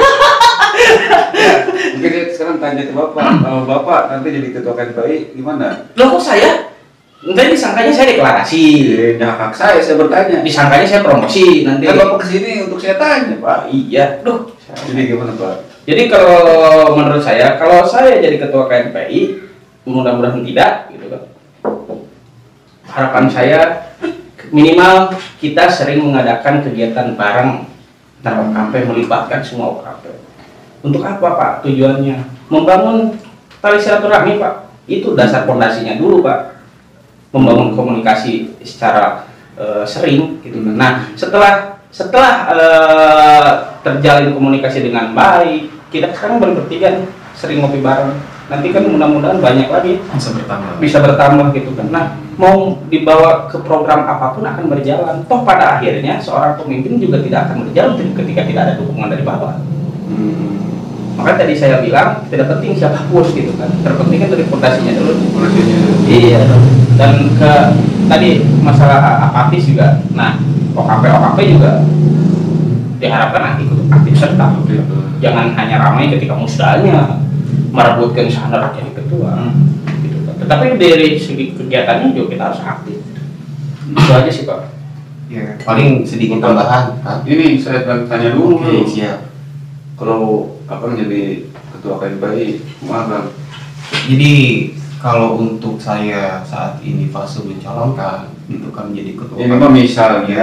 Mungkin sekarang tanya ke Bapak, kalau Bapak nanti jadi ketua K N P I gimana? Loh kok saya? Nanti disangkanya saya deklarasi. Ya hak saya, saya bertanya. Disangkanya saya promosi nanti. Kan Bapak kesini untuk saya tanya Pak. Iya. Duh. Jadi gimana Pak? Jadi kalau menurut saya, kalau saya jadi ketua K N P I, mudah-mudahan tidak, gitu kan. Harapan saya minimal kita sering mengadakan kegiatan bareng antara O K P, melibatkan semua O K P. Untuk apa Pak? Tujuannya membangun tali silaturahmi Pak. Itu dasar fondasinya dulu Pak. Membangun komunikasi secara uh, sering, gitu kan. Nah setelah setelah uh, terjalin komunikasi dengan baik, kita sekarang baru bertiga sering ngopi bareng. Nanti kan mudah-mudahan banyak lagi Bisa bertambah. bisa bertambah gitu kan. Nah mau dibawa ke program apapun akan berjalan. Toh pada akhirnya seorang pemimpin juga tidak akan berjalan ketika tidak ada dukungan dari bawah. Hmm. Maka tadi saya bilang tidak penting siapapun gitu kan. Terpenting kan dari fondasinya dulu. Fondasinya. Iya. Dan ke tadi masalah apatis juga. Nah O K P O K P juga diharapkan nanti ikut aktif serta. Jangan hanya ramai ketika musdahnya merebutkan sandar jadi ketua. Hmm. Gitu kan. Tetapi dari segi kegiatannya juga kita harus aktif. Itu aja sih Pak. Ya, paling sedikit tambahan Pak. Ini saya tanya dulu. Oke, siap. Kalau Abang jadi ketua K N P I, gimana? Jadi kalau untuk saya saat ini fase mencalonkan itu kan menjadi ketua. Ini mah misalnya.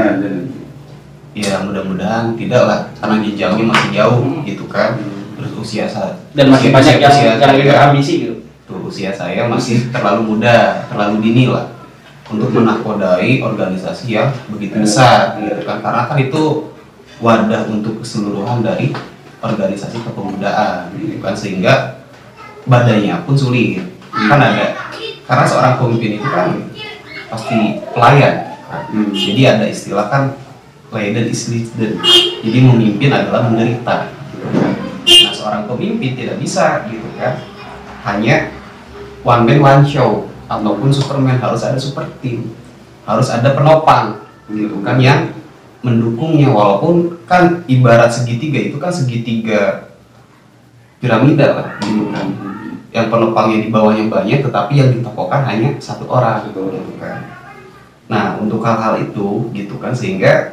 Ya mudah-mudahan tidak lah, karena jenjangnya masih jauh gitu kan. Terus usia saya dan masih banyak yang yang lebih berambisi gitu. Tuh, usia saya masih terlalu muda, terlalu dini lah untuk menakodai organisasi yang begitu besar gitu kan. Karena kan itu wadah untuk keseluruhan dari organisasi kepemudaan gitu kan, sehingga badannya pun sulit kan ada, karena seorang pemimpin itu kan pasti pelayan kan. Hmm. Jadi ada istilah kan leader is leader, jadi memimpin adalah menderita. Nah seorang pemimpin tidak bisa gitu kan hanya one man one show ataupun Superman, harus ada super team, harus ada penopang gitu kan yang mendukungnya, walaupun kan ibarat segitiga itu kan segitiga piramida lah gitu kan, yang penopangnya di bawahnya banyak tetapi yang ditokohkan hanya satu orang gitu kan. Nah untuk hal-hal itu gitu kan sehingga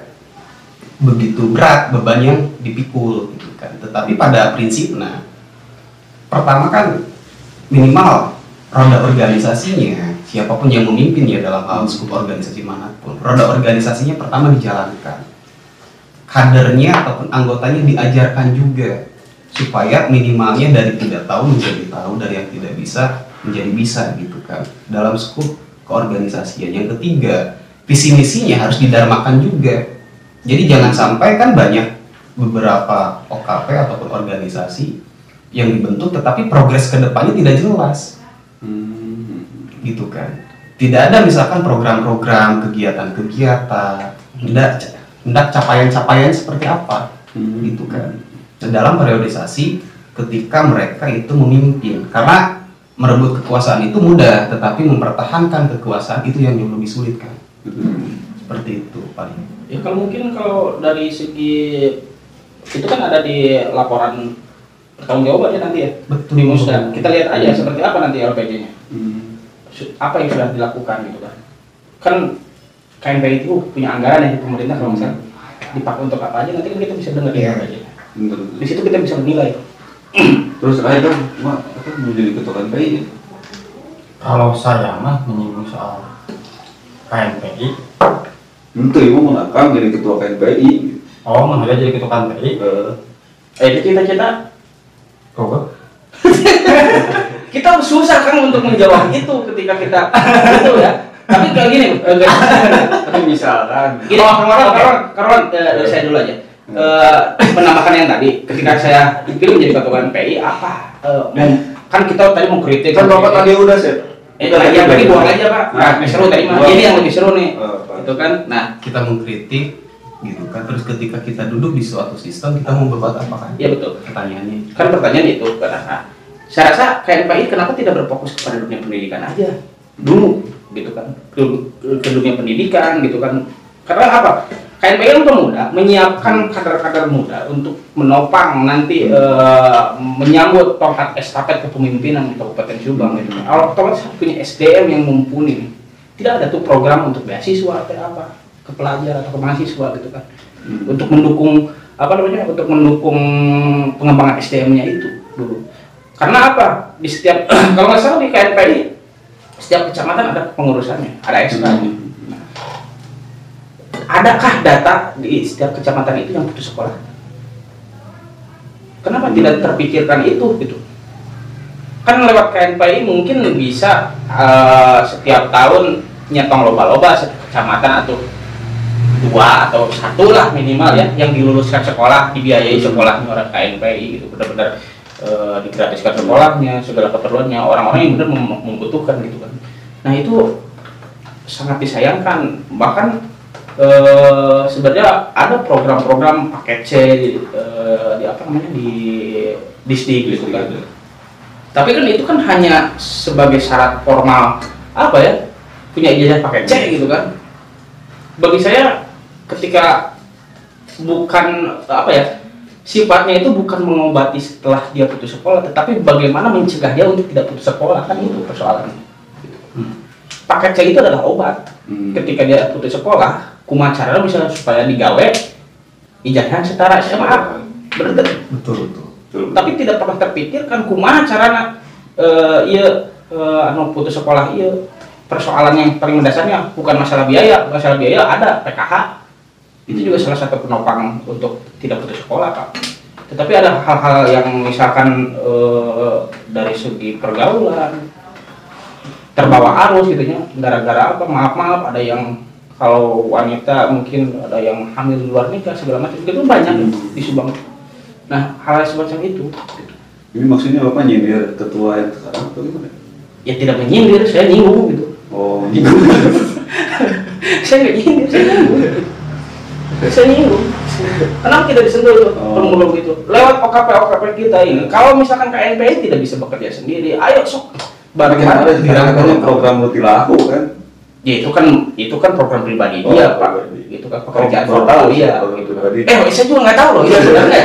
begitu berat beban yang dipikul gitu kan. Tetapi pada prinsipnya pertama kan minimal roda organisasinya, siapapun yang memimpin ya dalam hal skup organisasi manapun, roda organisasinya pertama dijalankan, kadernya ataupun anggotanya diajarkan juga supaya minimalnya dari tidak tahu menjadi tahu, dari yang tidak bisa menjadi bisa gitu kan dalam skup keorganisasian. Yang ketiga, visi misinya harus didarmakan juga. Jadi jangan sampai kan banyak beberapa O K P ataupun organisasi yang dibentuk tetapi progres ke depannya tidak jelas. Hmm. Gitu kan. Tidak ada misalkan program-program, kegiatan-kegiatan, hendak hendak capaian-capaian seperti apa. Hmm. Gitu kan. Dan dalam periodisasi ketika mereka itu memimpin, karena merebut kekuasaan itu mudah, tetapi mempertahankan kekuasaan itu yang lebih sulit kan. Hmm. Seperti itu paling. Ya kalau mungkin kalau dari segi itu kan ada di laporan pertanggungjawabannya nanti ya. Betul. Di musda. Kita lihat aja hmm. seperti apa nanti L P J-nya. Hmm. Apa yang sudah dilakukan gitu kan. Kan K N P I itu punya anggaran ya di pemerintah kalau misalnya dipakai untuk apa aja, nanti kan kita bisa dengar ya. Aja. Di situ kita bisa menilai. Terus saya kan mak apa menjadi ketua K N P I. Kalau saya mah menyinggung soal K N P I. Itu ibu menakam jadi ketua K N P I. Oh, mau jadi ketua K N P I? Eh, itu cita-cita. Kok? Kita susah kan untuk menjawab itu ketika kita itu ya. Tapi kayak gini, tapi misalkan. Gini, kawan, kawan, kawan, dari saya dulu aja. Uh, menambahkan yang tadi, ketika saya dipilih menjadi ketua K N P I, apa? Uh, kan kita tadi mau kritik. Kan bapak tadi udah sih. Eh, yang tadi buang aja pak. Nah, lebih seru tadi mah. Ini yang lebih seru nih. Itu kan. Nah, kita mengkritik gitu kan. Terus ketika kita duduk di suatu sistem, kita mau berbuat apa kan? Iya betul. Pertanyaannya. Kan pertanyaan itu karena saya rasa K N P I kenapa tidak berfokus kepada dunia pendidikan aja dulu, gitu kan? Ke, ke dunia pendidikan, gitu kan? Karena apa? K N P I kan pemuda menyiapkan kader-kader muda untuk menopang nanti e, menyambut tongkat estafet kepemimpinan di Kabupaten Subang. Gitu. Kalau otomatis punya S D M yang mumpuni, tidak ada tuh program untuk beasiswa atau apa ke pelajar atau ke mahasiswa gitu kan, hmm. untuk mendukung apa namanya, untuk mendukung pengembangan S D M-nya itu dulu. Karena apa? Di setiap kalau nggak salah di K N P I setiap kecamatan ada pengurusannya, ada S K. Hmm. Adakah data di setiap kecamatan itu yang putus sekolah? Kenapa hmm. tidak terpikirkan itu gitu? Kan lewat K N P I mungkin bisa uh, setiap tahun nyetong loba-loba satu kecamatan atau dua atau satu lah minimal ya yang diluluskan sekolah, dibiayai sekolahnya orang K N P I gitu, benar-benar uh, digratiskan sekolahnya, segala keperluannya orang-orang yang benar mem membutuhkan gitu kan. Nah itu sangat disayangkan. Bahkan Uh, sebenarnya ada program-program paket C uh, di apa namanya di Disdik gitu kan. Tapi kan itu kan hanya sebagai syarat formal apa ya, punya ijazah paket C gitu kan. Bagi saya ketika bukan apa ya, sifatnya itu bukan mengobati setelah dia putus sekolah, tetapi bagaimana mencegah dia untuk tidak putus sekolah, kan itu persoalannya. Hmm. Paket C itu adalah obat. Hmm. Ketika dia putus sekolah, kumaha caranya bisa supaya digawe ijazah setara S M A. Bener. Betul, betul. Betul. Tapi tidak pernah terpikirkan kumaha caranya uh, iya uh, anu putus sekolah iya. Persoalan yang paling mendasarnya bukan masalah biaya, masalah biaya ada P K H. Itu juga salah satu penopang untuk tidak putus sekolah, Pak. Tetapi ada hal-hal yang misalkan e, dari segi pergaulan terbawa arus gitu ya, gara-gara apa, maaf-maaf ada yang kalau wanita mungkin ada yang hamil di luar nikah segala macam, itu banyak di Subang. Nah, hal semacam itu. Ini maksudnya Bapak nyindir ketua yang sekarang atau gimana? Ya tidak menyindir, saya nyinggung gitu. Oh, saya nggak nyindir, saya nyinggung. Saya nyinggung. Kenapa tidak disentuh Oh. pemulung itu? Lewat O K P O K P kita ini. Kalau misalkan K N P I tidak bisa bekerja sendiri, ayo sok. bagaimana Bareng-bareng. sekarang program Rutilahu kan? Ya itu kan itu kan program pribadi Oh, dia, Pak. pribadi. Itu kan pekerjaan Oh, baru formal tahu dia. saya program pribadi. Eh, saya juga nggak tahu loh, itu sebenarnya.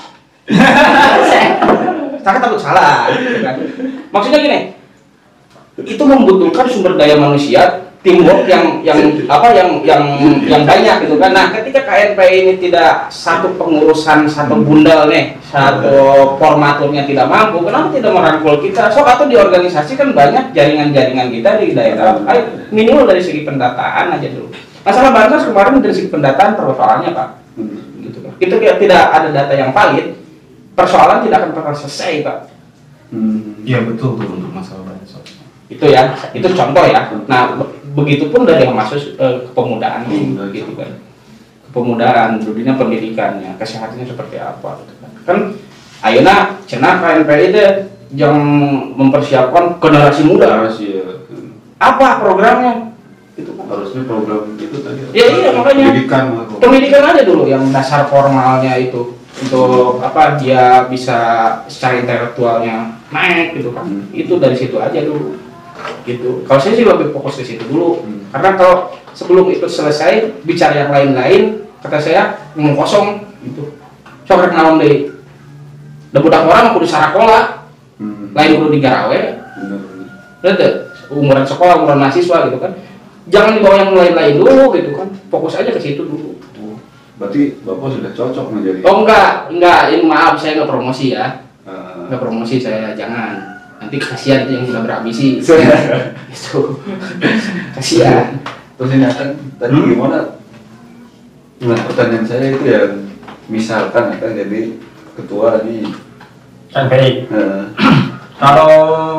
Saya takut salah. Gitu kan. Maksudnya gini, itu membutuhkan sumber daya manusia, teamwork yang yang apa yang yang yang banyak gitu kan. Nah, ketika K N P I ini tidak satu pengurusan, satu bundel nih, satu formaturnya tidak mampu, kenapa tidak merangkul kita? So atau di organisasi kan banyak jaringan-jaringan kita di daerah. Ayo, minimal dari segi pendataan aja dulu. Masalah bansos kemarin dari segi pendataan persoalannya, Pak. Gitu kan. Itu tidak ada data yang valid, persoalan tidak akan pernah selesai, Pak. Hmm. Iya betul tuh untuk masalah bansos. Itu ya, itu contoh ya. Nah, be- begitupun dari yang masuk eh, kepemudaan ini, Hmm. gitu kan. Kepemudaan, dunia pendidikannya, kesehatannya seperti apa, gitu kan. Kan, ayeuna cenah K N P I teh yang mempersiapkan generasi muda. Harus ya. Apa programnya? Gitu kan. Harusnya program itu tadi. Ya, iya, makanya. Pendidikan lah. Pendidikan aja dulu yang dasar formalnya itu untuk apa dia bisa secara intelektualnya naik gitu kan. Hmm. Itu dari situ aja dulu. Gitu. Kalau saya sih lebih fokus ke situ dulu. Hmm. Karena kalau sebelum itu selesai bicara yang lain-lain, kata saya ngomong kosong gitu. Sok rek naon deui. Da budak orang kudu sarakola, Hmm. lain kudu digarawe. Benar. Betul. Umuran sekolah, umuran mahasiswa gitu kan. Jangan dibawa yang lain-lain dulu gitu kan. Fokus aja ke situ dulu. Oh, berarti Bapak sudah cocok menjadi. Oh enggak, enggak, ini maaf saya enggak promosi ya. Ah. Enggak promosi saya, jangan. Nanti kasihan yang udah berambisi. Itu. Kasihan. Terus ini akan tadi Hmm? gimana? Nah, pertanyaan saya itu yang misalkan akan jadi ketua di K N P I. eh, Kalau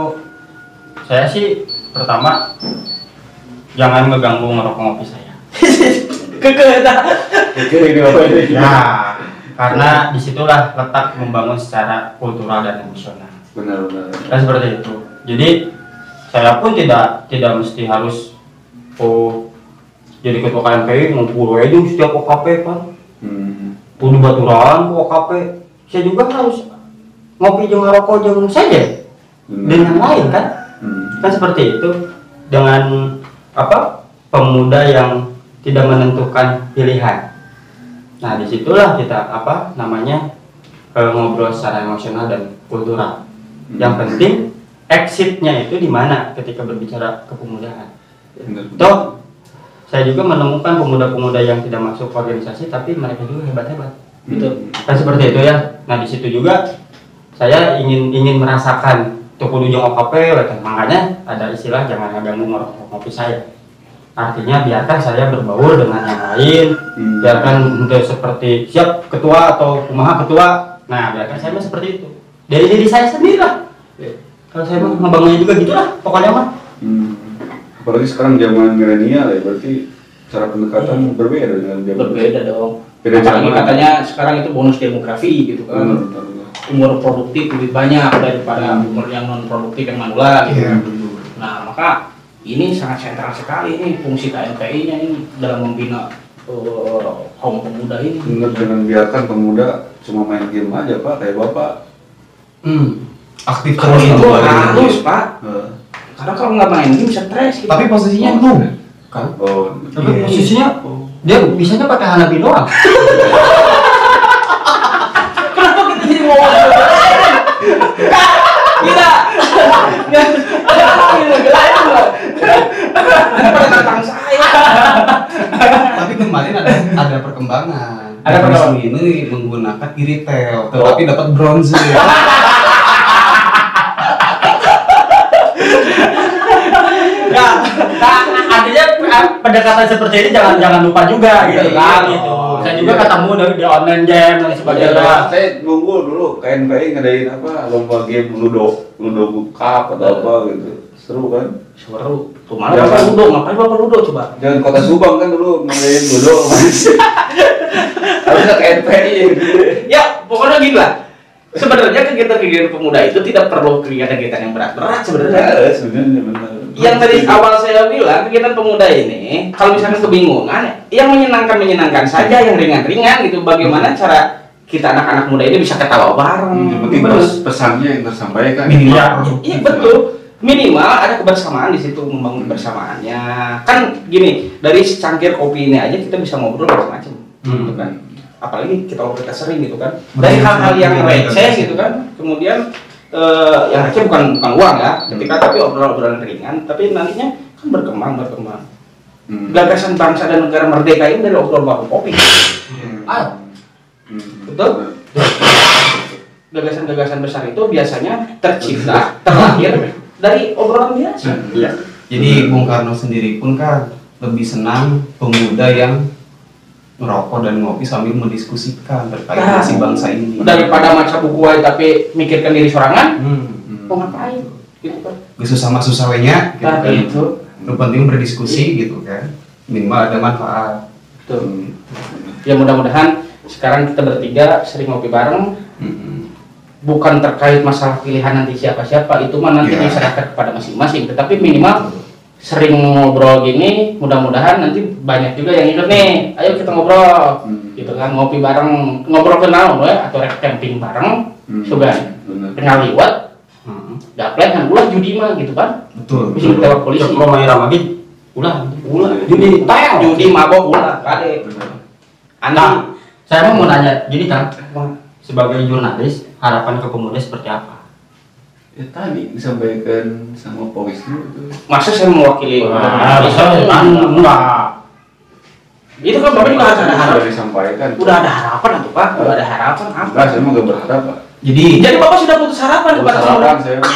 saya sih pertama jangan ngeganggu ngerokok ngopi saya. Keke eta. oke ini apa ini? Ya, karena disitulah letak membangun secara kultural dan emosional. Benar-benar. Kan seperti itu. Jadi saya pun tidak tidak mesti harus oh jadi ketua K N P I ngumpul aja setiap O K P kan. Hmm. Kudu baturan O K P. Saya juga harus ngopi jeung ngerokok jeung saja Benar. dengan lain kan. Hmm. Kan seperti itu dengan apa pemuda yang tidak menentukan pilihan. Nah disitulah kita apa namanya eh, ngobrol secara emosional dan kultural. Hmm. Yang penting exitnya itu di mana ketika berbicara kepemudaan. Benar. Toh saya juga menemukan pemuda-pemuda yang tidak masuk organisasi tapi mereka juga hebat-hebat. Gitu. Kan seperti itu ya. Nah di situ juga saya ingin ingin merasakan tuh kudu jeung O K P, kan makanya ada istilah jangan ngeganggu ngerokok ngopi saya. Artinya biarkan saya berbaur dengan yang lain, Hmm. biarkan untuk seperti siap ketua atau kumaha ketua. Nah biarkan saya mah seperti itu dari diri saya sendiri lah. Kalau saya mau ngebangunnya juga gitulah pokoknya mah. Hmm. Apalagi sekarang zaman milenial ya, berarti cara pendekatan berbeda dengan zaman Berbeda dong. Beda Apalagi zaman. katanya sekarang itu bonus demografi gitu kan. Benar, benar, benar. Umur produktif lebih banyak daripada umur yang non produktif yang manula gitu. Iya betul. Nah, maka ini sangat sentral sekali nih fungsi K N P I-nya ini dalam membina uh, kaum pemuda ini. Benar, jangan biarkan pemuda cuma main game aja Pak, kayak Bapak. Hmm. Aktif Kalau terus itu gitu. harus, Pak. Eh, Karena kalau nggak main game stres gitu. Tapi posisinya no. Kan? Oh, Tapi Iya. posisinya dia bisanya pakai Hanabi doang. mau kita nggak gelain loh pada tentang saya. Tapi kemarin ada ada perkembangan. Ada perkembangan. Musim ini menggunakan iritel, tetapi dapat bronze. Ya, nah, artinya eh, pendekatan seperti ini jangan jangan lupa juga gitu kan gitu. Saya juga Iya. ketemu di, di online game dan sebagainya. Ya, saya nunggu dulu K N P I ngadain apa lomba game Ludo, Ludo Cup atau apa gitu. Seru kan? Seru. Tuh mana bapak ludo? Ngapain bapak ludo coba? Jangan Kota Subang kan dulu ngadain Ludo. Harusnya K N P I gitu. Ya pokoknya gini lah. Sebenarnya kegiatan-kegiatan pemuda itu tidak perlu kegiatan-kegiatan yang berat-berat sebenarnya. Ya, sebenarnya benar. Yang tadi awal saya bilang kegiatan pemuda ini kalau misalkan kebingungan yang menyenangkan menyenangkan saja, yang ringan-ringan gitu. Bagaimana cara kita anak-anak muda ini bisa ketawa bareng? Yang penting pes- pesannya yang tersampaikan. Minimal. Iya. Iya betul. Minimal ada kebersamaan di situ, membangun kebersamaannya. Kan gini, dari secangkir kopi ini aja kita bisa ngobrol macam-macam, gitu kan. Apalagi kita ngobrol kita sering gitu kan. Dari hal-hal yang receh gitu kan. Kemudian eh, yang receh bukan bukan uang ya, ketika tapi obrolan-obrolan ringan, tapi nantinya kan berkembang berkembang. Hmm. Gagasan bangsa dan negara merdeka ini dari obrolan warung kopi. Ah, Hmm. betul. Gagasan-gagasan besar itu biasanya tercipta, terlahir dari obrolan biasa. Iya. Jadi Bung Karno sendiri pun kan lebih senang pemuda yang merokok dan ngopi sambil mendiskusikan terkait Nah, nasib bangsa ini. Daripada maca buku aja tapi mikirkan diri sorangan, Hmm. mau ngapain? Gitu kan. Geus sama susah we nya gitu Nah, kan. itu. Yang penting berdiskusi gitu kan. Minimal ada manfaat. Tuh. Ya mudah-mudahan sekarang kita bertiga sering ngopi bareng, Hmm. bukan terkait masalah pilihan nanti siapa-siapa, itu mah nanti Ya. diserahkan kepada masing-masing, tetapi minimal sering ngobrol gini, mudah-mudahan nanti banyak juga yang ikut nih, ayo kita ngobrol, Hmm. gitu kan, ngopi bareng, ngobrol kenal we, atau rek camping bareng, Hmm. sugan, Benar. kenal liwat, Hmm. daplek kan, ulah judi mah gitu kan, Betul. bisa ditewak polisi, Kalau main lagi, ulah, ulah, judi, tel. judi mabok ulah, kade, Benar. aneh, Nah, saya mau nanya, gini kan, sebagai jurnalis, harapan ke pemuda seperti apa? Ya tadi disampaikan sama Pak Wisnu itu. masa saya mewakili, Wah, Bisa, kan enggak. itu kan bapak juga harus ada harapan. Sudah disampaikan. Udah ada harapan atau Pak? Udah ada harapan apa? Enggak, saya mah gak berharap Pak. Jadi Jadi Bapak sudah putus harapan Putus kepada harapan pemuda. saya.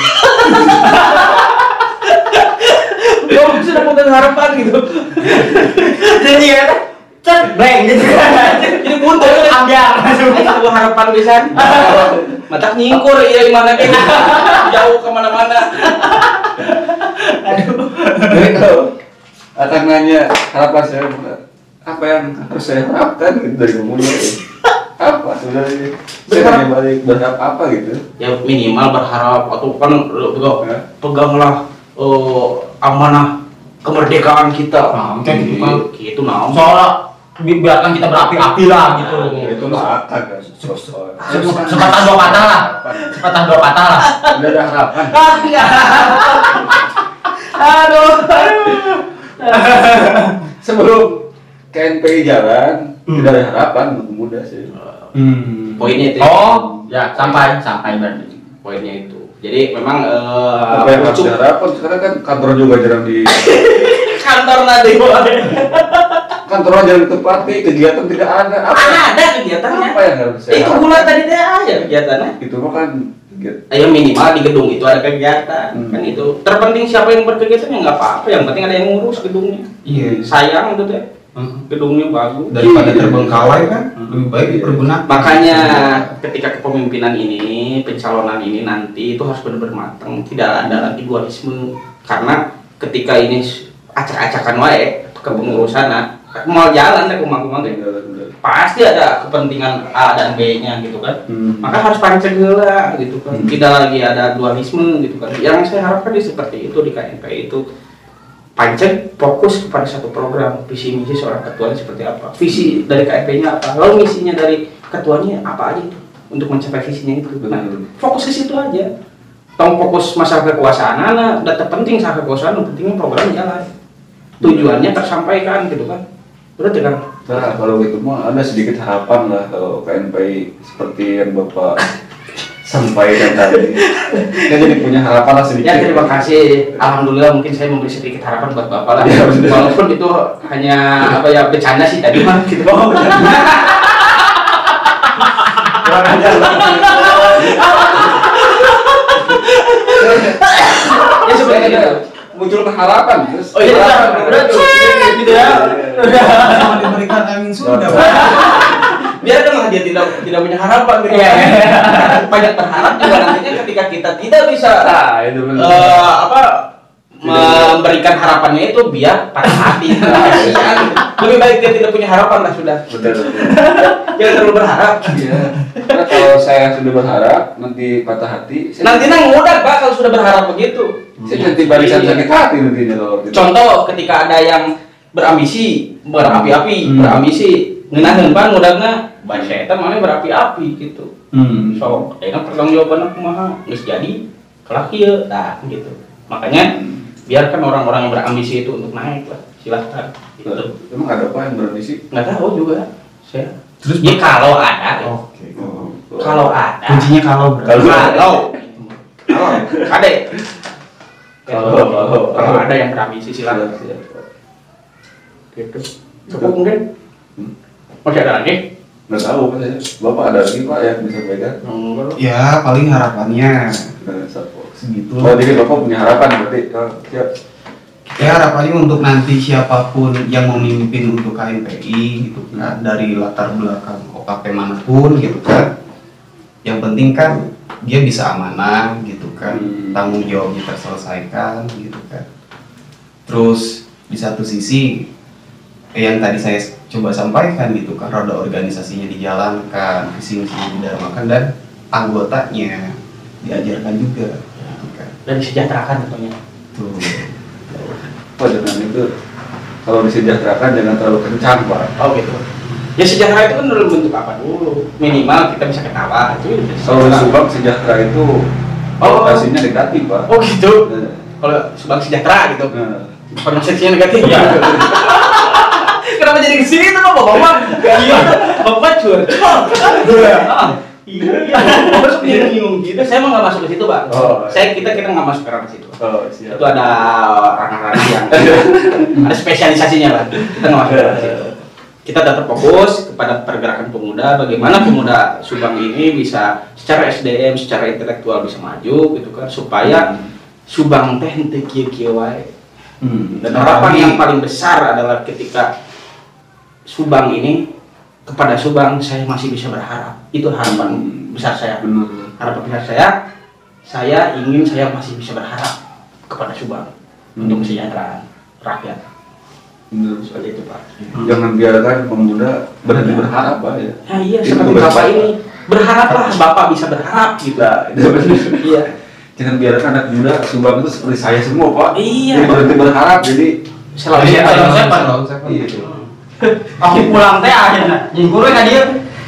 Bapak sudah putus harapan gitu. Jadi ya, cet, blank gitu kan. Jadi buntu Ambiar. itu harapan bisa. Mata nyingkur ya gimana gitu. Jauh kemana-mana. Jadi kalau akan nanya harapan saya apa yang harus saya harapkan gitu dari pemuda ya? Apa sebenarnya? Saya hanya balik berharap apa gitu? Ya minimal berharap atau kan pegang, Ya. peganglah eh, amanah kemerdekaan kita. Nah, kayak gitu kan. Gitu nah. Soalnya bi- biarkan kita berapi-api lah gitu. Itu mah akan kan. Se- Sepatah dua patah lah. Sepatah dua patah lah. Udah ada harapan. Ah, ya. Aduh. Sebelum K N P I jalan, Hmm. tidak ada harapan untuk pemuda sih. hmm. Poinnya itu. Oh, ya sampai sampai berarti. Poinnya itu. Jadi memang eh, Apa yang harus cukup- harapan? Sekarang kan kantor juga jarang di kantor nanti kantor jarang ditempati, kegiatan tidak ada. Apa? ada kegiatannya. Apa yang harus saya Itu harapkan? gula tadi teh aja kegiatannya. Itu mah kan kegiatan. Ayo minimal di gedung itu ada kegiatan, Hmm. kan itu. Terpenting siapa yang berkegiatan ya nggak apa-apa, yang penting ada yang ngurus gedungnya. Iya. Sayang itu teh, Hmm. gedungnya bagus. Daripada terbengkalai kan lebih baik dipergunakan. Makanya ketika kepemimpinan ini, pencalonan ini nanti itu harus benar-benar matang, tidak ada lagi dualisme. Karena ketika ini acak-acakan wae kepengurusan, nah, mau jalan teh kumang-kumang teh. Pasti ada kepentingan A dan B-nya gitu kan. Hmm. Maka harus pancasila gitu kan. Hmm. Tidak lagi ada dualisme gitu kan. Yang saya harapkan di seperti itu di K N P I itu Pancen fokus kepada satu program, visi misi seorang ketuanya seperti apa, visi dari K N P I-nya apa, lalu misinya dari ketuanya apa aja itu untuk mencapai visinya itu. Nah, fokus ke situ aja. Tong fokus masalah kekuasaan, nah, udah terpenting masalah kekuasaan, yang pentingnya program jalan, tujuannya tersampaikan gitu kan. Udah kan? Nah, kalau gitu mah ada sedikit harapan lah kalau K N P I seperti yang Bapak sampaikan tadi. Kita jadi punya harapan lah sedikit. Ya terima kasih. Alhamdulillah mungkin saya memberi sedikit harapan buat Bapak lah. Ya, betul. Walaupun itu hanya apa ya bercanda sih tadi mah gitu. Kurang ajar. Ya sebenarnya gitu. Muncul harapan terus. Oh iya, udah gitu ya. Sama diberikan angin surga. Biar kan dia tidak tidak punya harapan gitu. Banyak berharap juga nantinya ketika kita tidak bisa Nah, itu benar. eh, apa memberikan harapannya itu biar patah hati. Kasihan. Lebih baik dia tidak punya harapan lah sudah. Betul, betul. Jangan terlalu berharap. Iya. Karena kalau saya sudah berharap nanti patah hati, saya Nanti nang mudah Pak kalau sudah berharap begitu. saya nanti barisan sakit hati nantinya kalau gitu. Contoh ketika ada yang berambisi, berapi-api, Hmm. berambisi, ngenaheun pan mudahna bahasa eta mana berapi-api gitu. Hmm. So, ayeuna pertanggungjawaban kumaha geus jadi kelak ieu nah gitu. Makanya biarkan orang-orang yang berambisi itu untuk naik lah, silahkan gitu. Emang ada apa yang berambisi? Nggak tahu juga saya. Terus Ya kalau ada, Oke. Oh, kalau ada, Kuncinya kalau berarti. Kalau- kalau kalau ada, Kalau- kalau kalau- kalau ada yang berambisi silakan. Gitu. Cukup mungkin. Hmm. Masih ada lagi? Nggak tahu Pak saya. Bapak ada lagi Pak yang bisa pegang? Enggak. Ya paling harapannya Nah, satu. segitu. Oh, jadi Bapak punya harapan berarti. Oh, siap. Ya harapannya untuk nanti siapapun yang memimpin untuk K M P I gitu kan dari latar belakang O K P manapun gitu kan. Yang penting kan dia bisa amanah gitu kan, Hmm. tanggung jawabnya terselesaikan gitu kan. Terus di satu sisi eh, yang tadi saya coba sampaikan gitu kan, roda organisasinya dijalankan, visi misi didamakan dan anggotanya diajarkan juga gitu kan. Dan disejahterakan tentunya. Tuh. Oh, jangan itu. Kalau disejahterakan jangan terlalu kencang Pak. Oh gitu. Ya sejahtera itu kan dalam bentuk apa dulu? Minimal kita bisa ketawa. Itu udah Kalau di sejahtera. Subang sejahtera itu Oh. konotasinya negatif Pak. Oh gitu. Nah, Kalau Subang sejahtera gitu. nah. Konsepsinya negatif ya. Kenapa jadi ke sini tuh Bapak Mama? Iya. Bapak curcol. Iya. Masuk bingung gitu. Saya mah nggak masuk ke situ, Pak. Oh. Saya kita kita nggak masuk ke ranah situ. Oh, siap. Itu ada ranah-ranah yang ada spesialisasinya, Pak. Kita nggak masuk ke ranah situ. Kita tetap fokus kepada pergerakan pemuda, bagaimana pemuda Subang ini bisa secara S D M, secara intelektual bisa maju gitu kan, supaya Subang teh henteu kieu-kieu wae. Hmm. Dan harapan yang paling besar adalah ketika Subang ini, kepada Subang saya masih bisa berharap. Itu harapan Hmm. besar saya. Benar. Harapan besar saya, saya ingin saya masih bisa berharap kepada Subang Hmm. untuk kesejahteraan rakyat. Benar. Seperti itu, Pak. Jangan biarkan pemuda berhenti berharap Pak ya. Nah, iya Itu seperti benar. Bapak ini. Berharaplah Bapak bisa berharap gitu. Nah, itu benar. Iya. Jangan biarkan anak muda Subang itu seperti saya semua Pak. Iya. Jadi berhenti berharap jadi Selalu Iya, saya kalau siapa? siapa? Kalau siapa? iya. Aku pulang teh akhirnya nyinggur ka dieu.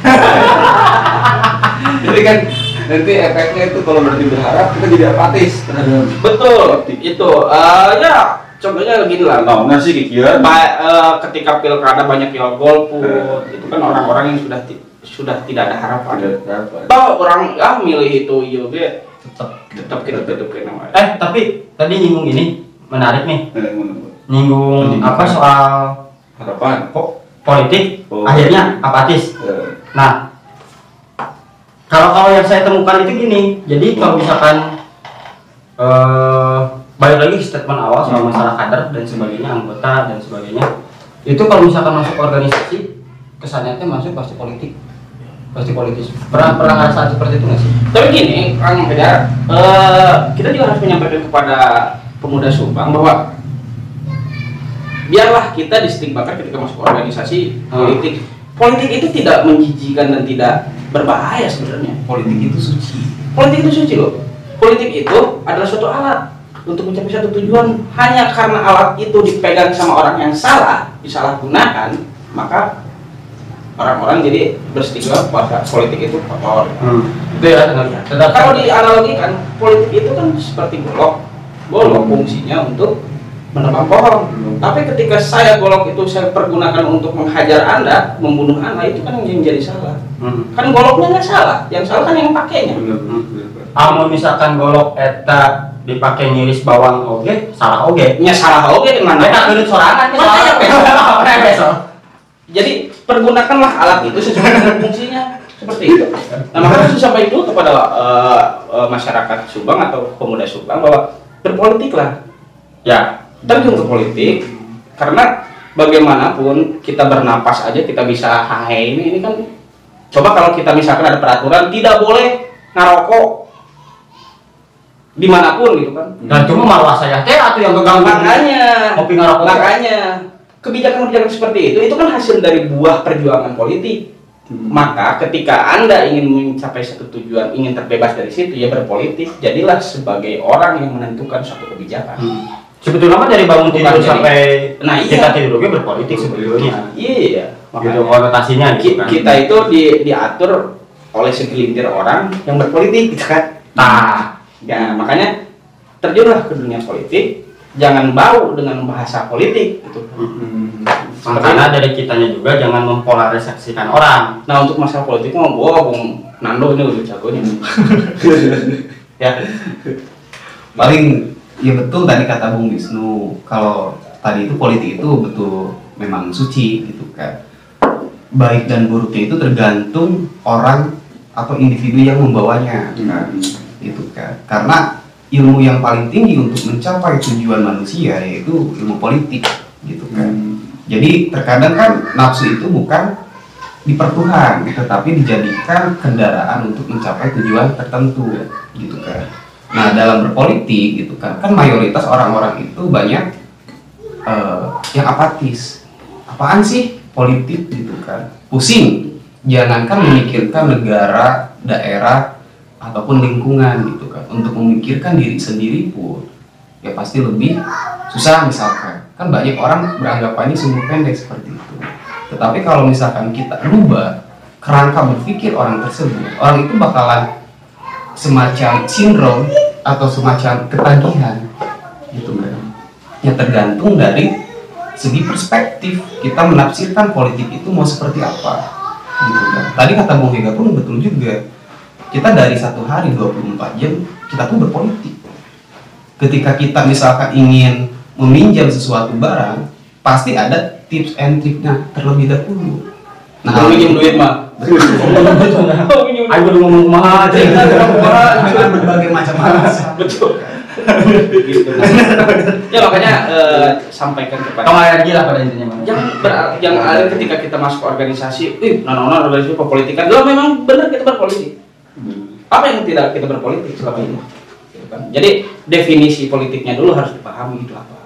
Jadi kan nanti efeknya itu kalau berhenti berharap kita jadi apatis terhadap Betul. Itu eh, ya contohnya gini lah. nah, nggak sih kikian. Ba- eh, ketika pilkada banyak yang golput, itu kan orang-orang yang sudah ti- sudah tidak ada harapan. Ada berapa? Tahu orang ah milih itu iya be Tetep. tetap kita tetap kena. Eh, tapi tadi nyinggung ini menarik nih. Nah, yang mana, Pak? Nyinggung Pendidikan. apa soal Harapan. po- politik Oh. akhirnya apatis. Eh, Nah, kalau kalau yang saya temukan itu gini, jadi kalau misalkan eh balik lagi ke statement awal soal masalah kader dan sebagainya, anggota dan sebagainya, itu kalau misalkan masuk organisasi, kesannya itu masuk pasti politik, pasti politis. Pernah pernah ngerasa seperti itu nggak sih? Tapi gini, Kang Hajar, eh, kita juga harus menyampaikan kepada pemuda Subang bahwa biarlah kita distigmakan ketika masuk organisasi politik. Politik itu tidak menjijikan dan tidak berbahaya sebenarnya. Politik itu suci. Politik itu suci loh. Politik itu adalah suatu alat untuk mencapai satu tujuan. Hanya karena alat itu dipegang sama orang yang salah, disalahgunakan, maka orang-orang jadi berstigma bahwa politik itu kotor. Itu ya, tetap. tetap. Kalau dianalogikan, politik itu kan seperti golok. Golok fungsinya untuk menebang pohon. Tapi ketika saya golok itu saya pergunakan untuk menghajar Anda, membunuh Anda, itu kan yang jadi salah. Hmm. Kan goloknya nggak salah, yang salah kan yang pakainya. Bener, bener, bener. Amun misalkan golok eta dipakai ngiris bawang oge, salah oge. Nya salah oke dengan Mereka gedut sorangan ke Makanya, soalnya besok. Jadi pergunakanlah alat itu sesuai dengan fungsinya seperti itu. Nah makanya saya sampaikan dulu kepada uh, uh, masyarakat Subang atau pemuda Subang bahwa berpolitiklah, Ya, terjun ke politik, karena bagaimanapun kita bernapas aja kita bisa hahe ini ini kan. Coba kalau kita misalkan ada peraturan tidak boleh ngarokok dimanapun gitu kan. dan cuma malah saya teh atau yang geganggu. Makanya, Ngopi ngarokok. makanya kebijakan-kebijakan seperti itu itu kan hasil dari buah perjuangan politik. Hmm. Maka ketika Anda ingin mencapai satu tujuan, ingin terbebas dari situ, ya berpolitik. Jadilah sebagai orang yang menentukan suatu kebijakan. Hmm. Sebetulnya mah dari bangun Bukan tidur jadi- sampai Nah, iya. kita tidur oge berpolitik sebetulnya. Iya, Gitu makanya konotasinya gitu ki- kan. kita itu di, diatur oleh segelintir orang yang berpolitik, gitu kan? Nah, Ya, makanya terjunlah ke dunia politik, jangan bau dengan bahasa politik gitu. Hmm. makanya dari kitanya juga jangan mempolarisasikan orang. Nah, untuk masalah politik mah gua Bung Nando ini udah jagonya. Ya, Paling ya betul tadi kata Bung Wisnu, kalau tadi itu politik itu betul memang suci gitu kan. Baik dan buruknya itu tergantung orang atau individu yang membawanya kan. Itu kan. Karena ilmu yang paling tinggi untuk mencapai tujuan manusia yaitu ilmu politik gitu kan. Hmm. Jadi terkadang kan nafsu itu bukan dipertuhan, tetapi dijadikan kendaraan untuk mencapai tujuan tertentu gitu kan. Nah dalam berpolitik gitu kan, kan mayoritas orang-orang itu banyak eh, yang apatis. Apaan sih politik gitu kan? Pusing. Jangankan memikirkan negara, daerah ataupun lingkungan gitu kan. Untuk memikirkan diri sendiri pun ya pasti lebih susah misalkan. Kan banyak orang beranggapannya sumbu pendek seperti itu. Tetapi kalau misalkan kita rubah kerangka berpikir orang tersebut, orang itu bakalan semacam sindrom atau semacam ketagihan gitu kan. Yang tergantung dari segi perspektif kita menafsirkan politik itu mau seperti apa gitu kan. Tadi kata Bung Hega pun betul juga. Kita dari satu hari dua puluh empat jam kita tuh berpolitik. Ketika kita misalkan ingin meminjam sesuatu barang, pasti ada tips and triknya terlebih dahulu. nah minjem duit mah. Oh, minjem duit. Ayo udah ngomong mahal aja. dengan berbagai macam alasan. Betul. Gitu. Ya makanya eh, sampaikan kepada Tong alergi lah pada intinya mah. yang ber, yang ada ketika kita masuk ke organisasi, ih, nona-nona organisasi perpolitikan, lo memang benar kita berpolitik. Apa yang tidak kita berpolitik selama ini? Gitu kan. Jadi definisi politiknya dulu harus dipahami itu apa.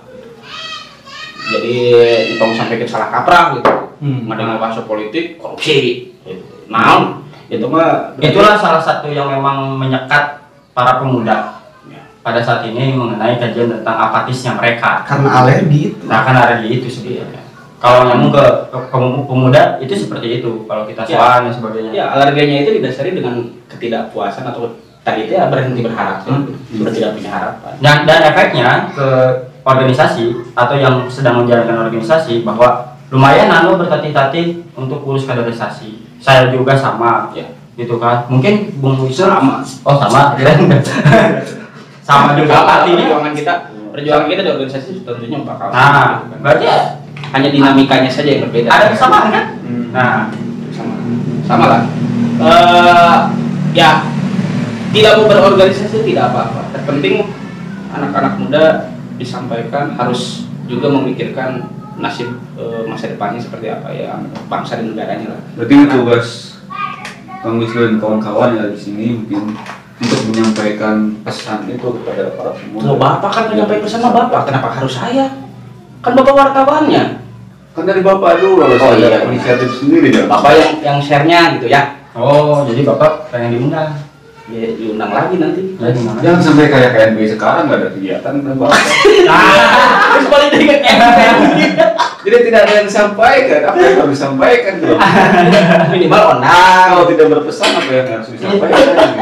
Jadi tong sampai ke salah kaprah gitu. Hmm. Ada yang bahasa politik, korupsi. Gitu. Nah, itu mah Itulah salah satu yang memang menyekat para pemuda pada saat ini mengenai kajian tentang apatisnya mereka. Karena alergi itu. Nah, kan alergi itu sebenarnya. Kalau nyambung ke, ke pem- pemuda itu seperti itu. Kalau kita Ya. soal dan sebagainya. ya alerginya itu didasari dengan ketidakpuasan atau tadi itu ya berhenti berharap, ya. Sudah tidak punya harapan. Dan, dan efeknya ke organisasi atau yang sedang menjalankan organisasi bahwa lumayan nano bertatih-tatih untuk urus kaderisasi. Saya juga sama, Ya. gitu kan. Mungkin Bung Wisnu Sama. Oh sama, sama juga Apa artinya. perjuangan kita, perjuangan kita di organisasi tentunya bakal Nah, gitu kan. berarti ya Hanya dinamikanya saja yang berbeda. ada kesamaan kan? Hmm. Nah, sama, sama lah. Eh, ya tidak mau berorganisasi tidak apa-apa. Terpenting anak-anak muda disampaikan harus juga memikirkan nasib eh, masa depannya seperti apa ya bangsa dan negaranya lah. Berarti ini tugas Kang Wisnu dan kawan-kawan yang ada di sini mungkin untuk menyampaikan pesan itu kepada para pemuda. Lo bapak kan menyampaikan pesan sama bapak, kenapa harus saya? Kan bapak wartawannya. Kan dari bapak dulu harus Oh, ada iya. inisiatif sendiri dong. Bapak yang yang share-nya gitu ya. oh jadi bapak pengen diundang? Ya diundang lagi nanti. Ya gimana? Jangan sampai kayak K N B sekarang nggak ada kegiatan kan bapak. Terus paling dari ke Jadi tidak ada yang disampaikan. Apa yang harus disampaikan bro? minimal ondang. Kalau tidak berpesan apa yang harus disampaikan?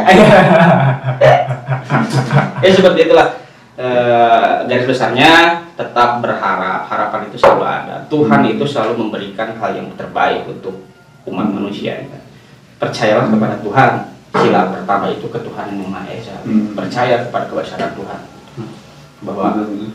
Ya seperti itulah. Eh, garis besarnya tetap berharap, harapan itu selalu ada. Tuhan itu selalu memberikan hal yang terbaik untuk umat manusia. Ya. percayalah kepada Tuhan. Sila pertama itu ketuhanan yang Maha Esa. Hmm. Percaya kepada kebesaran Tuhan. Bahwa Benar-benar.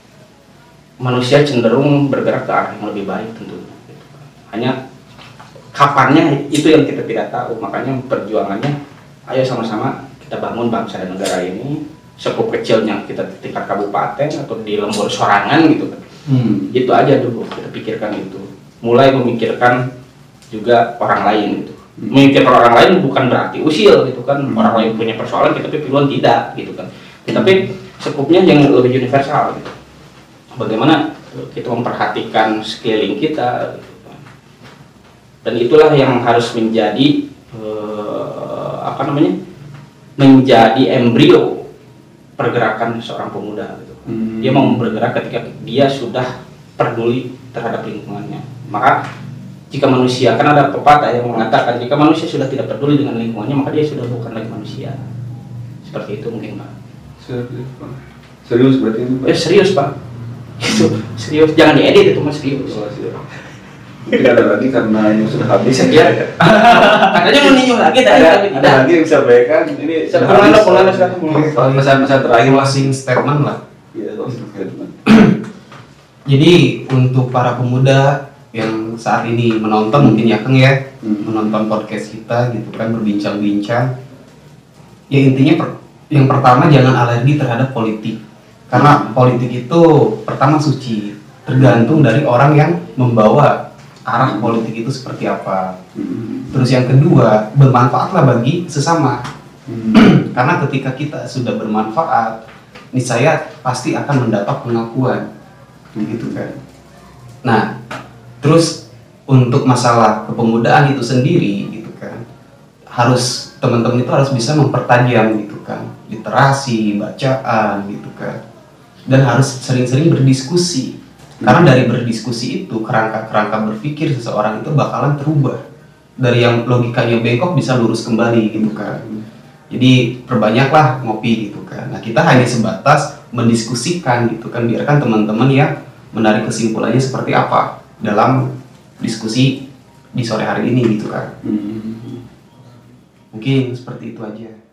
manusia cenderung bergerak ke arah yang lebih baik tentunya. Gitu. Hanya kapannya itu yang kita tidak tahu. Makanya perjuangannya, ayo sama-sama kita bangun bangsa dan negara ini. Sekup kecilnya kita di tingkat kabupaten atau di lembur sorangan gitu kan. Hmm. Itu aja dulu kita pikirkan itu. Mulai memikirkan juga orang lain gitu. Memikirkan orang lain bukan berarti usil gitu kan. Hmm. Orang lain punya persoalan kita pikiran tidak gitu kan. Tapi sekupnya yang lebih universal gitu. Bagaimana kita memperhatikan sekeliling kita gitu kan. Dan itulah yang harus menjadi eh, apa namanya? Menjadi embrio pergerakan seorang pemuda gitu. Hmm. Dia mau bergerak ketika dia sudah peduli terhadap lingkungannya. Maka jika manusia, kan ada pepatah yang mengatakan jika manusia sudah tidak peduli dengan lingkungannya, maka dia sudah bukan lagi manusia. Seperti itu mungkin, Pak. Serius, Pak. Serius berarti itu, Pak? Eh serius, Pak. Itu serius, jangan diedit itu mas, serius. Oh, siap. Mungkin ada lagi karena ini sudah habis Ya. Katanya mau ninyo lagi tadi ada, tapi ada tidak. lagi yang disampaikan ini sudah Pulang habis. lo, pulang lo, silakan. Pesan-pesan terakhir mas. Closing statement lah. Iya, closing statement. Jadi untuk para pemuda yang saat ini menonton mungkin ya Kang ya, Hmm. menonton podcast kita gitu kan, berbincang-bincang. Ya intinya per- yang pertama jangan alergi terhadap politik. Karena politik itu pertama suci, tergantung dari orang yang membawa arah politik itu seperti apa. Hmm. Terus yang kedua, bermanfaatlah bagi sesama. Hmm. Karena ketika kita sudah bermanfaat, niscaya pasti akan mendapat pengakuan, gitu kan. Nah, terus untuk masalah kepemudaan itu sendiri, gitu kan, harus teman-teman itu harus bisa mempertajam, gitu kan, literasi, bacaan, gitu kan, dan harus sering-sering berdiskusi. Karena dari berdiskusi itu kerangka-kerangka berpikir seseorang itu bakalan terubah dari yang logikanya bengkok bisa lurus kembali, gitu kan. Jadi perbanyaklah ngopi gitu kan. Nah kita hanya sebatas mendiskusikan gitu kan, biarkan teman-teman yang menarik kesimpulannya seperti apa dalam diskusi di sore hari ini gitu kan. Hmm. Mungkin seperti itu aja.